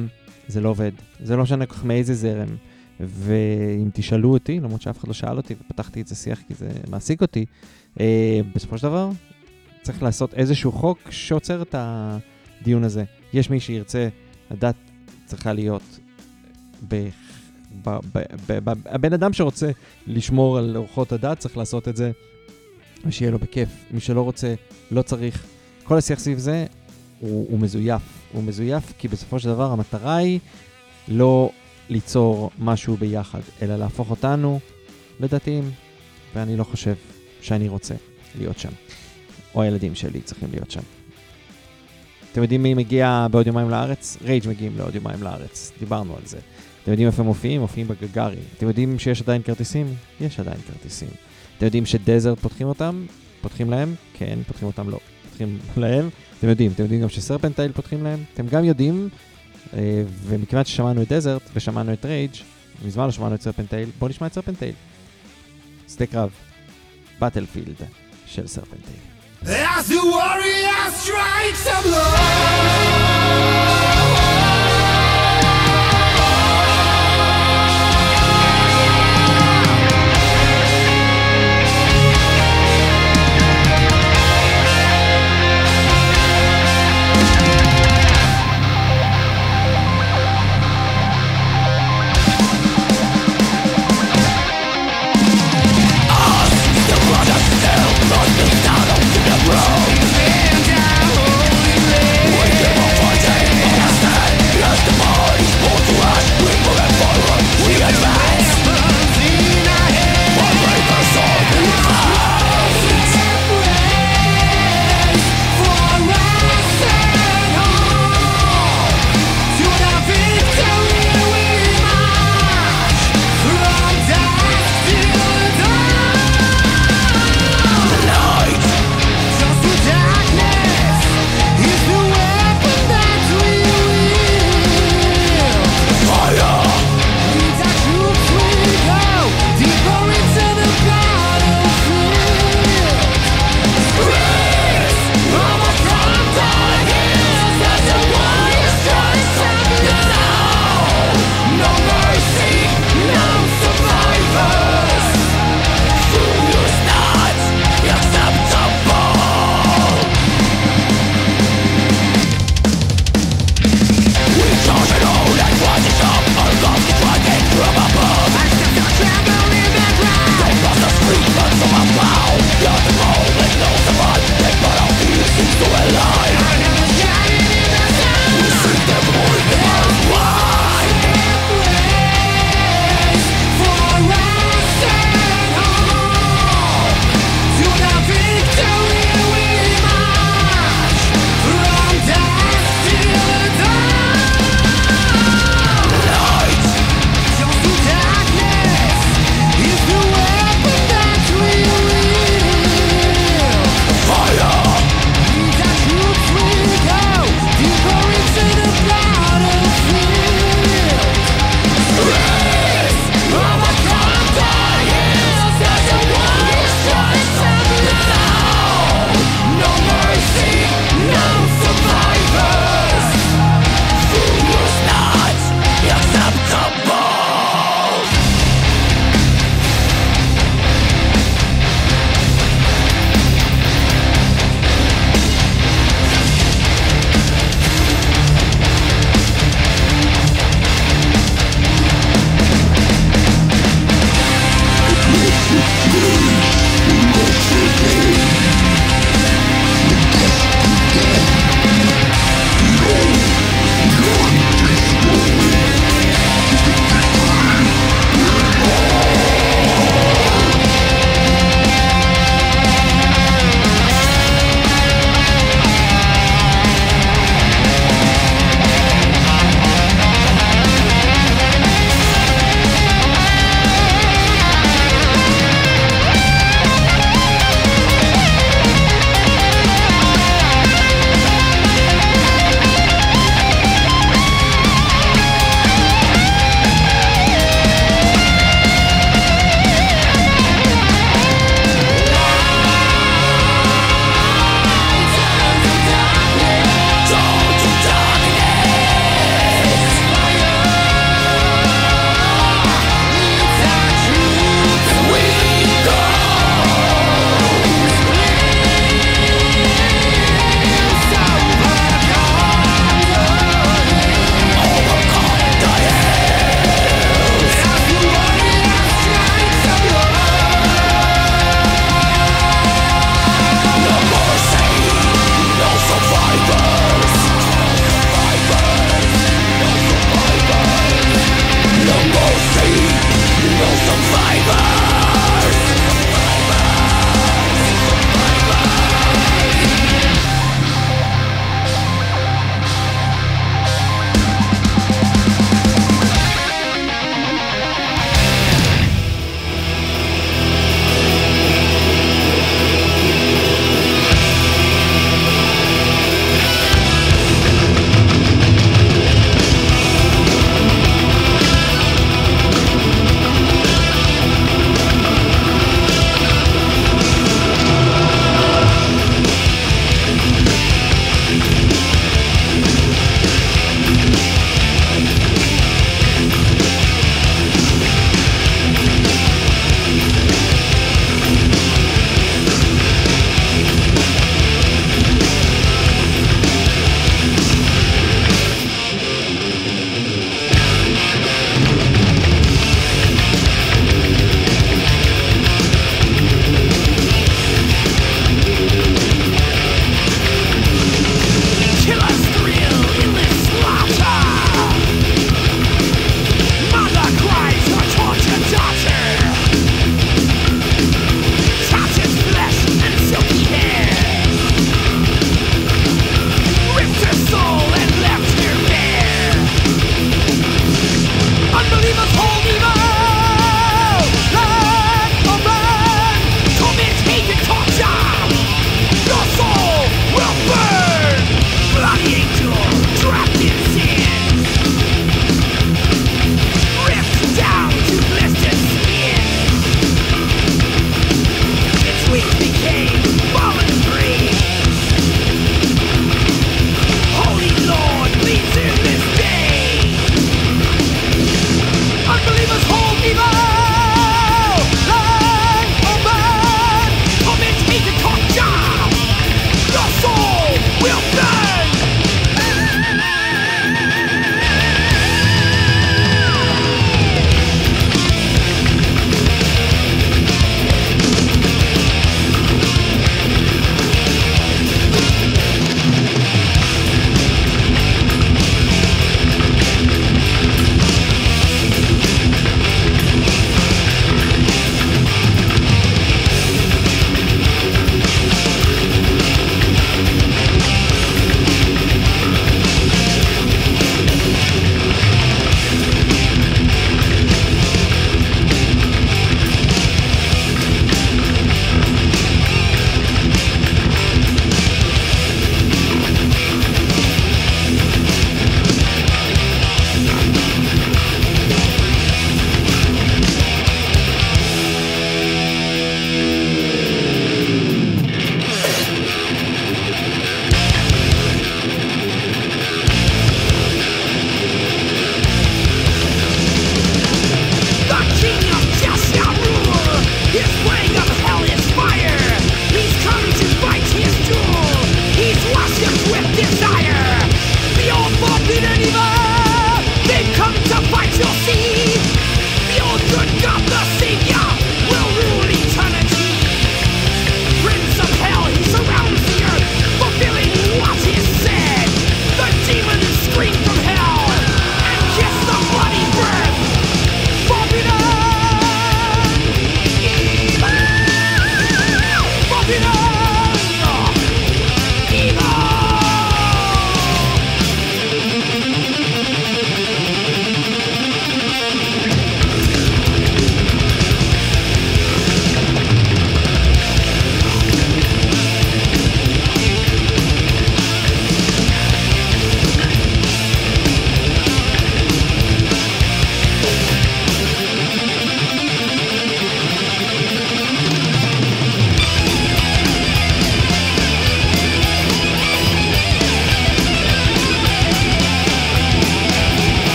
S3: זה לא עובד. זה לא משנה כך מאיזה זרם. ואם תשאלו אותי, למרות שאף אחד לא שאל אותי, ופתחתי את זה שיח כי זה מעסיק אותי, אה, בסופו של דבר, צריך לעשות איזשהו חוק שעוצר את הדיון הזה. יש מי שירצה, הדת צריכה להיות ב... ב, ב, ב, ב, הבן אדם שרוצה לשמור על אורחות הדת צריך לעשות את זה ושיהיה לו בכיף. מי שלא רוצה, לא צריך. כל השיח סביב זה הוא, הוא מזויף. הוא מזויף כי בסופו של דבר המטרה היא לא ליצור משהו ביחד, אלא להפוך אותנו לדתיים, ואני לא חושב שאני רוצה להיות שם. או הילדים שלי צריכים להיות שם. אתם יודעים מי מגיע בעוד יומיים לארץ? רייג' מגיעים לעוד יומיים לארץ. דיברנו על זה. אתם יודעים איפה הם מופיעים? מופיעים בגגארי. אתם יודעים שיש עדיין כרטיסים? יש עדיין כרטיסים. אתם יודעים שדזרט פותחים אותם? פותחים להם? כן, פותחים אותם לא. פותחים להם? אתם יודעים. אתם יודעים גם שסרפנטייל פותחים להם? אתם גם יודעים, ומכיוון ששמענו את דזרט ושמענו את רייג', מזמן לא שמענו את סרפנטייל, בואו נשמע את סרפנטייל. שדה קרב. באטלפילד של סרפנטייל.
S4: As the warrior strikes a blow,
S5: Road, we came down holy land. We came on fighting.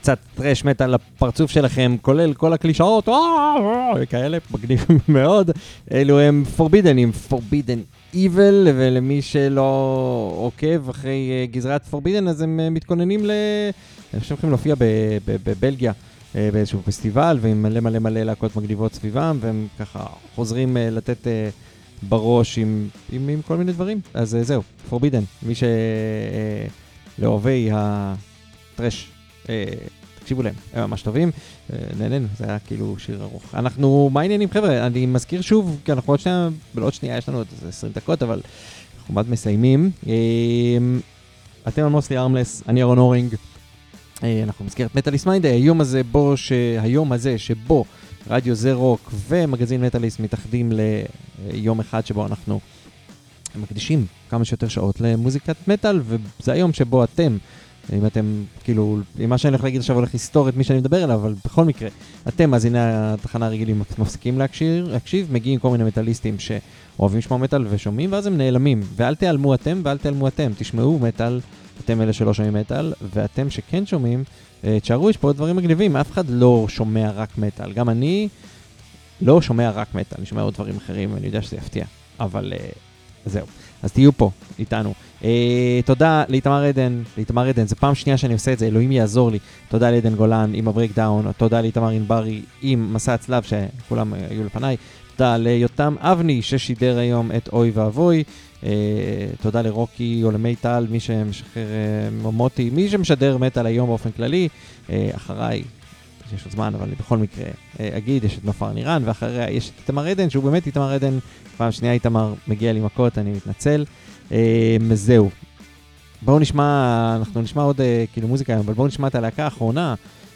S3: קצת טרש מטל לפרצוף שלכם, כולל כל הקלישאות, וכאלה, מגניבים מאוד. אלו הם Forbidden, Forbidden Evil, ולמי שלא עוקב אחרי גזרת Forbidden, אז הם מתכוננים ל... אני חושב שהם להופיע בבלגיה, באיזשהו פסטיבל, ועם מלא מלא מלא להקות מגניבות סביבם, והם ככה חוזרים לתת בראש עם, עם, עם כל מיני דברים. אז זהו, Forbidden, מי שלאוהבי הטרש, תקשיבו להם, הם ממש טובים, נהנינו, זה היה כאילו שיר ארוך. אנחנו, מה העניינים חבר'ה? אני מזכיר שוב, כי אנחנו עוד שנייה, בעוד שנייה יש לנו עוד עשרים דקות, אבל אנחנו מעט מסיימים. אתם על מוסלי ארמלס, אני אהרון הורינג, אנחנו מזכיר את מטאליסט מיינדי, היום הזה בו, היום הזה שבו רדיו זה רוק ומגזין מטאליסט מתאחדים ליום אחד שבו אנחנו מקדישים כמה שיותר שעות למוזיקת מטאל, וזה היום שבו אתם, אם אתם, כאילו, אם מה שאני הולך להגיד עכשיו הולך היסטורית מי שאני מדבר אליו, אבל בכל מקרה, אתם, מאזיני התחנה הרגילים, מפסיקים להקשיב, להקשיב, מגיעים כל מיני מטאליסטים שאוהבים לשמוע מטאל ושומעים, ואז הם נעלמים, ואל תיעלמו אתם, ואל תיעלמו אתם, תשמעו מטאל, אתם אלה שלא שומעים מטאל, ואתם שכן שומעים, תשארו, יש פה דברים מגניבים, אף אחד לא שומע רק מטאל, גם אני לא שומע רק מטאל, אני שומע עוד דברים אחרים, אני יודע שזה יפתיע, אבל זהו. אז תהיו פה, איתנו. אה, תודה לאיתמר עדן, לאיתמר עדן, זו פעם שנייה שאני עושה את זה, אלוהים יעזור לי. תודה לעדן גולן עם הברקדאון, תודה לאיתמר ענברי עם מסע הצלב שכולם היו לפניי, תודה ליותם אבני ששידר היום את אוי ואבוי, אה, תודה לרוקי או למיטל, מי שמשחרר אה, מוטי, מי שמשדר מטל היום באופן כללי, אה, אחריי, יש עוד זמן, אבל בכל מקרה אגיד, יש את נופר נירן, ואחריה יש את איתמר עדן, שהוא באמת איתמר עדן, פעם שנייה איתמר מגיע לי מכות, אני מתנצל. זהו. בואו נשמע, אנחנו נשמע עוד כאילו מוזיקה היום, אבל בואו נשמע את הלהקה האחרונה,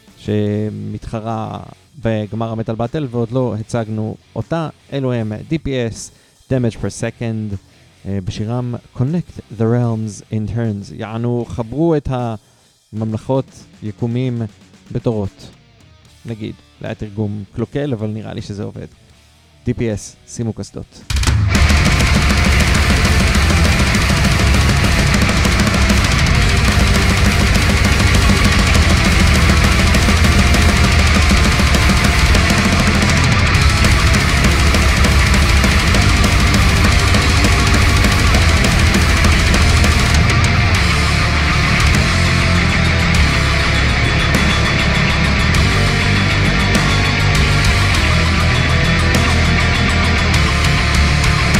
S3: שמתחרה בגמר המטל באטל, ועוד לא הצגנו אותה. אלו הם די פי אס, Damage Per Second, בשירם Connect the Realms in Turns, יענו, חברו את הממלכות, יקומים, בתורות. נגיד, זה היה תרגום קלוקל, אבל נראה לי שזה עובד. די פי אס, שימו קסדות.
S5: We'll be right back.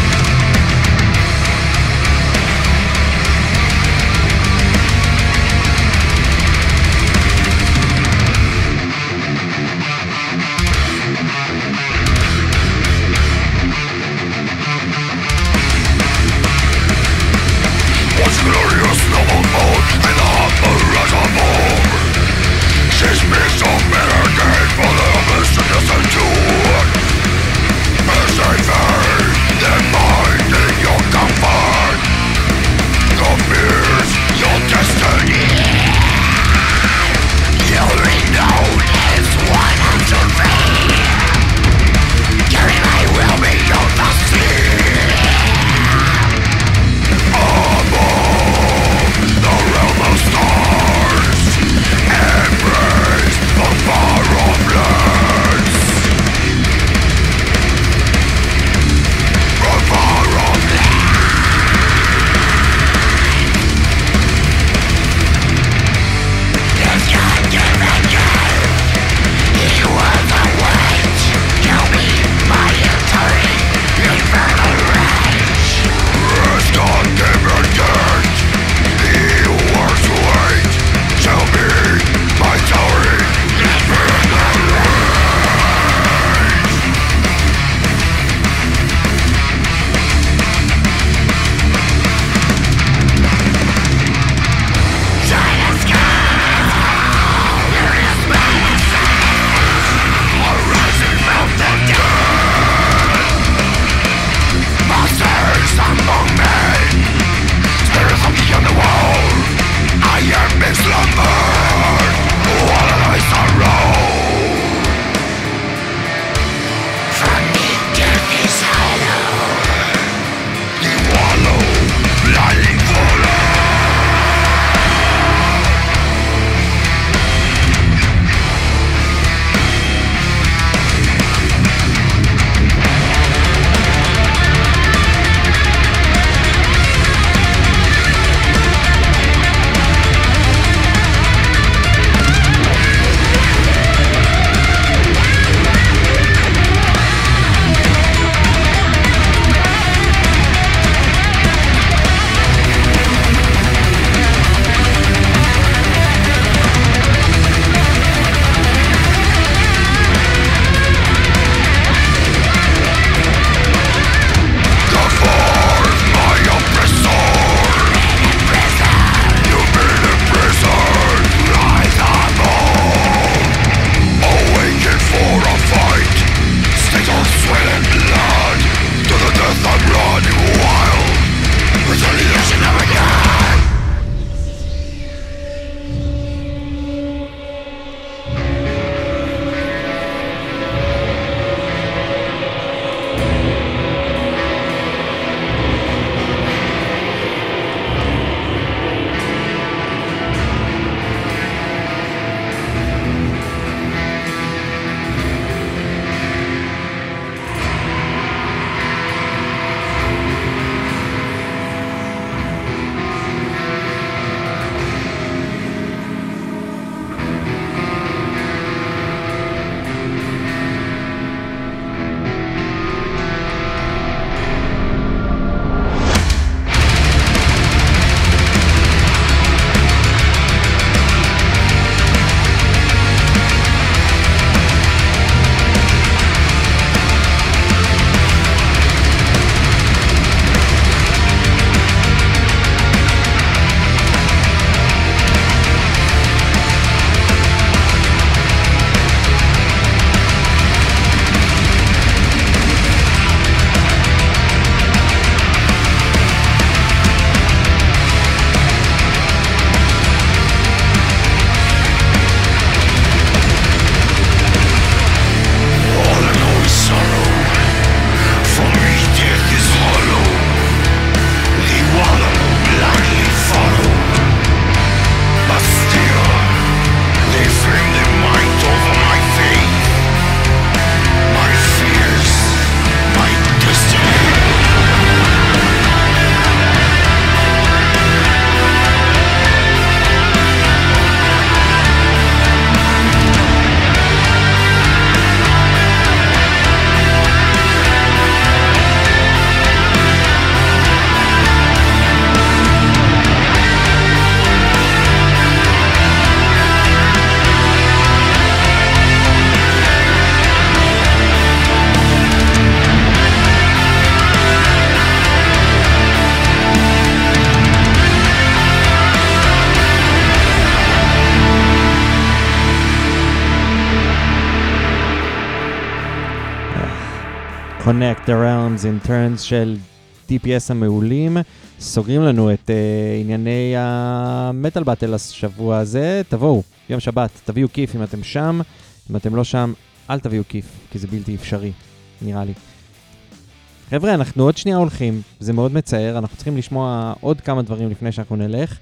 S3: Connect the Realms in Turns של די פי אס המעולים. סוגרים לנו את uh, ענייני המטל באטל השבוע הזה. תבואו, יום שבת, תביאו כיף אם אתם שם. אם אתם לא שם, אל תביאו כיף, כי זה בלתי אפשרי, נראה לי. חבר'ה, אנחנו עוד שנייה הולכים, זה מאוד מצער, אנחנו צריכים לשמוע עוד כמה דברים לפני שאנחנו נלך.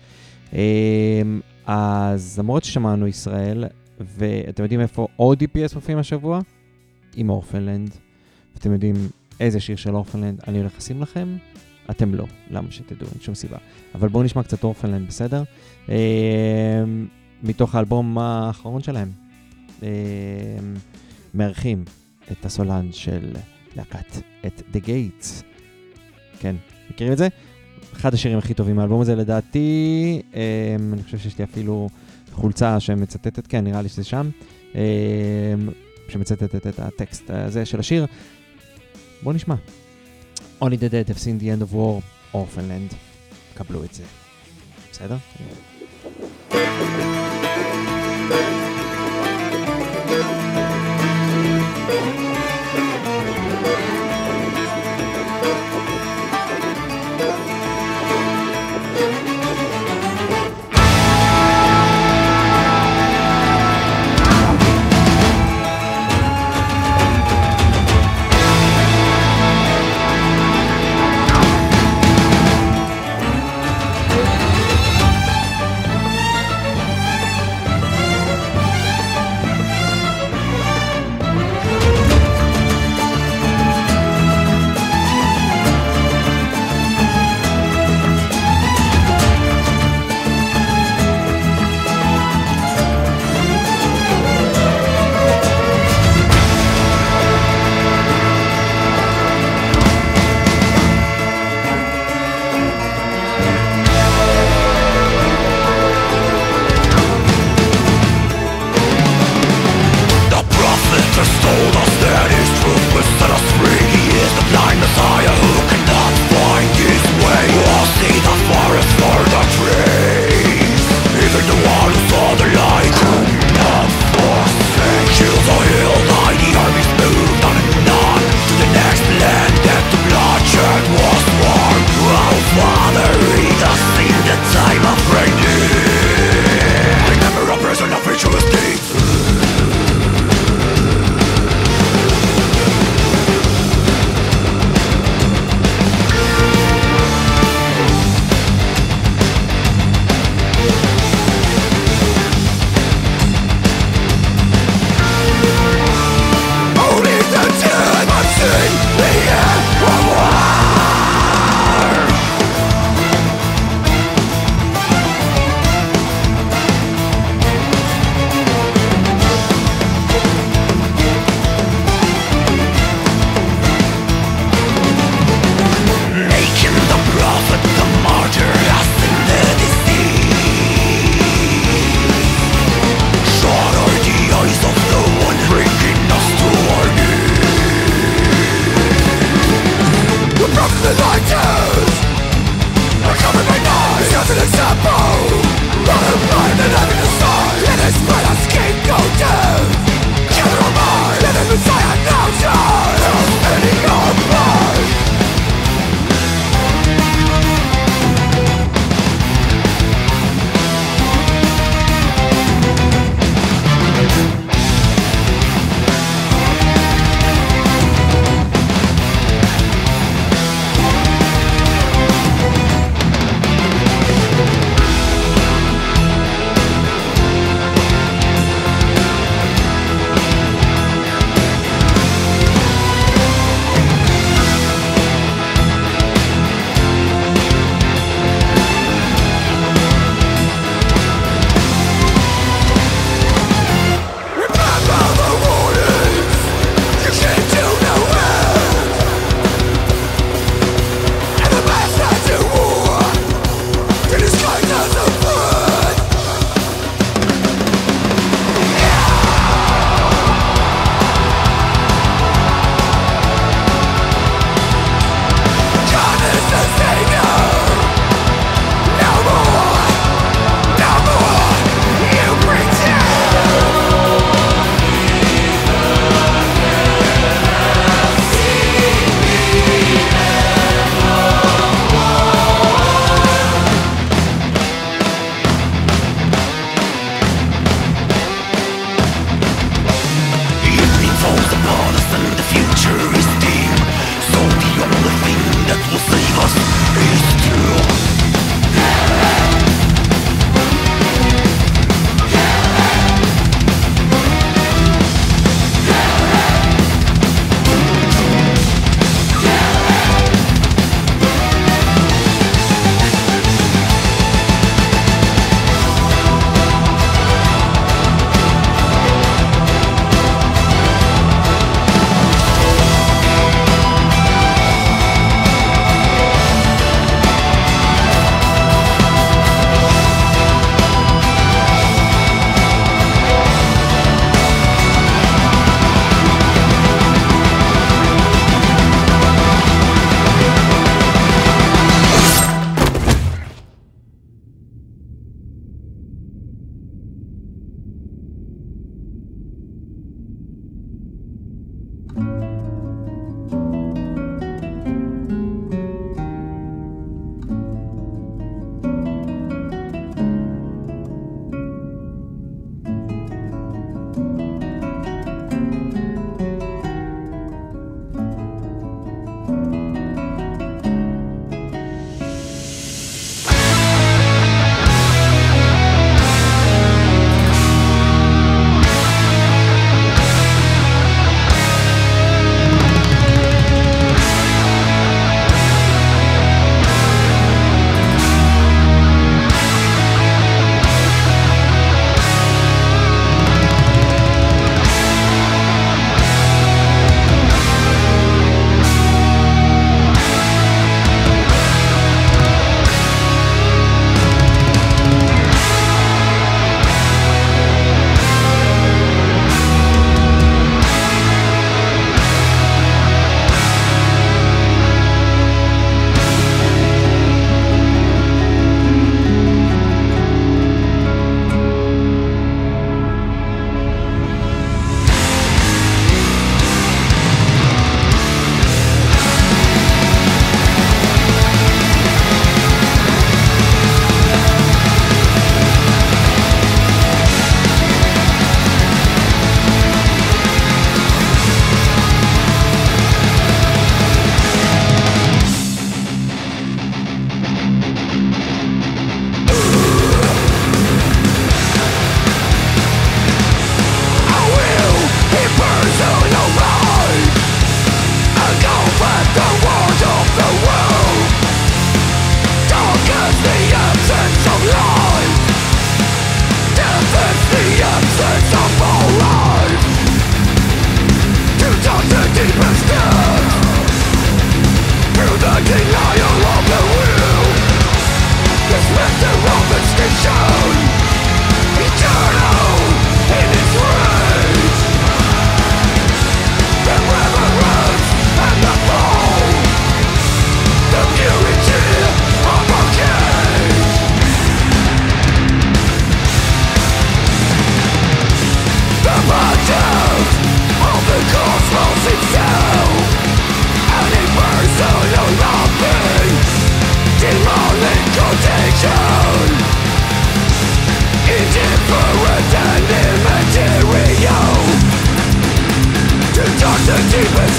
S3: אז למרות ששמענו ישראל, ואתם יודעים איפה עוד די פי אס מופיעים השבוע? עם אורפנלנד. ואתם יודעים איזה שיר של אורפנלנד אני הולך לשים לכם? אתם לא, למה שתדעו, אין שום סיבה. אבל בואו נשמע קצת אורפנלנד, בסדר? מתוך האלבום האחרון שלהם. מארחים את הסולן של להקת את The Gates. כן, מכירים את זה? אחד השירים הכי טובים מהאלבום הזה לדעתי. אני חושב שיש לי אפילו חולצה שמצטטת, כן, נראה לי שזה שם, שמצטטת את הטקסט הזה של השיר. בואו נשמע. Only the dead have seen the end of war, Orphanland. קבלו את זה. בסדר?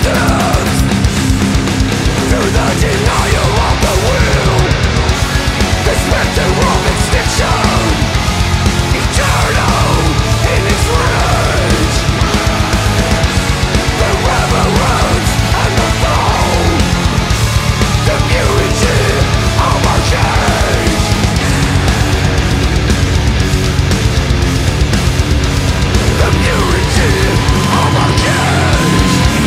S4: distance through the denial of the will. The specter of extinction, eternal in its rage. The reverence and the fall, the purity of our cage. The purity of our cage.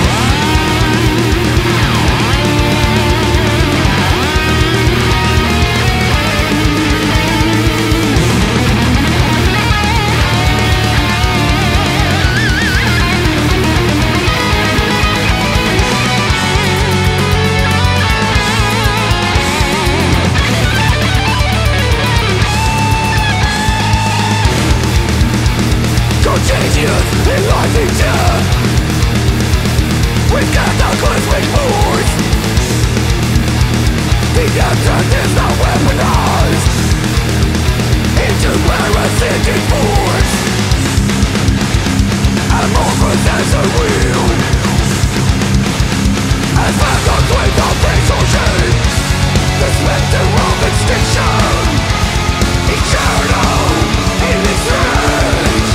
S4: Contagious in life and death, with death our glistening force. The absent is not weaponized into parasitic force. Amorphous as a wheel, as phantoms without face or shape. The specter of extinction, eternal in its rage.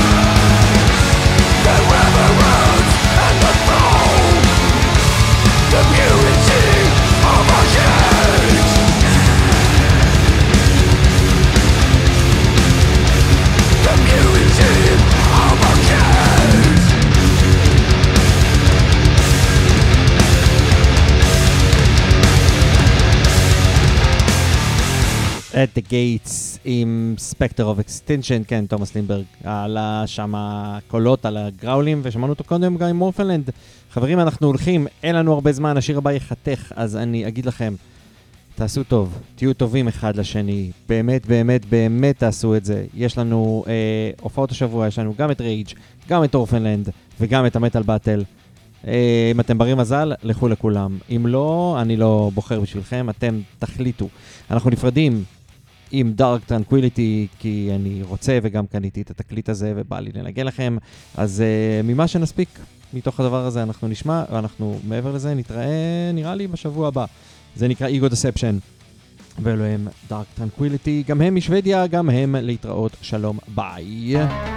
S4: The reverence and the fall, the purity of our cage. The purity of our cage.
S3: At the Gates עם Spectre of Extinction, כן, תומאס לינברג, עלה שם קולות על הגראולים, ושמענו אותו קודם גם עם מורפנלנד. חברים, אנחנו הולכים, אין לנו הרבה זמן, השיר הבא יחתך, אז אני אגיד לכם, תעשו טוב, תהיו טובים אחד לשני, באמת, באמת, באמת תעשו את זה. יש לנו אה, הופעות השבוע, יש לנו גם את רייג', גם את אורפנלנד, וגם את המטל באטל. אה, אם אתם ברי מזל, לכו לכולם. אם לא, אני לא בוחר בשבילכם, אתם תחליטו. אנחנו נפרדים עם Dark Tranquility, כי אני רוצה וגם קניתי את התקליט הזה ובא לי לנגן לכם. אז uh, ממה שנספיק מתוך הדבר הזה אנחנו נשמע, ואנחנו מעבר לזה נתראה נראה לי בשבוע הבא. זה נקרא Ego Deception, ואלו הם Dark Tranquility, גם הם משוודיה, גם הם להתראות, שלום, ביי.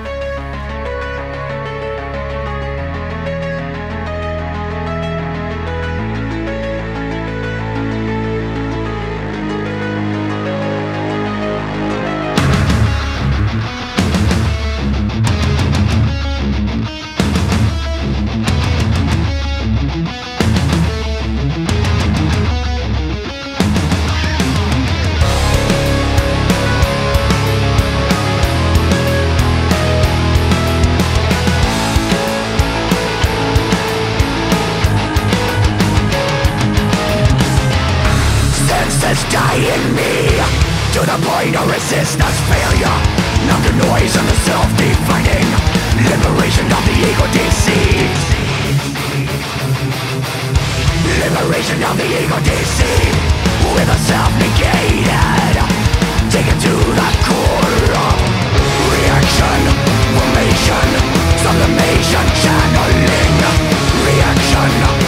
S4: Resistance, failure, not the noise and the self-defining liberation of the ego deceived. Liberation of the ego deceived, with the self negated, taken to the core. Reaction, formation, sublimation, channeling. Reaction.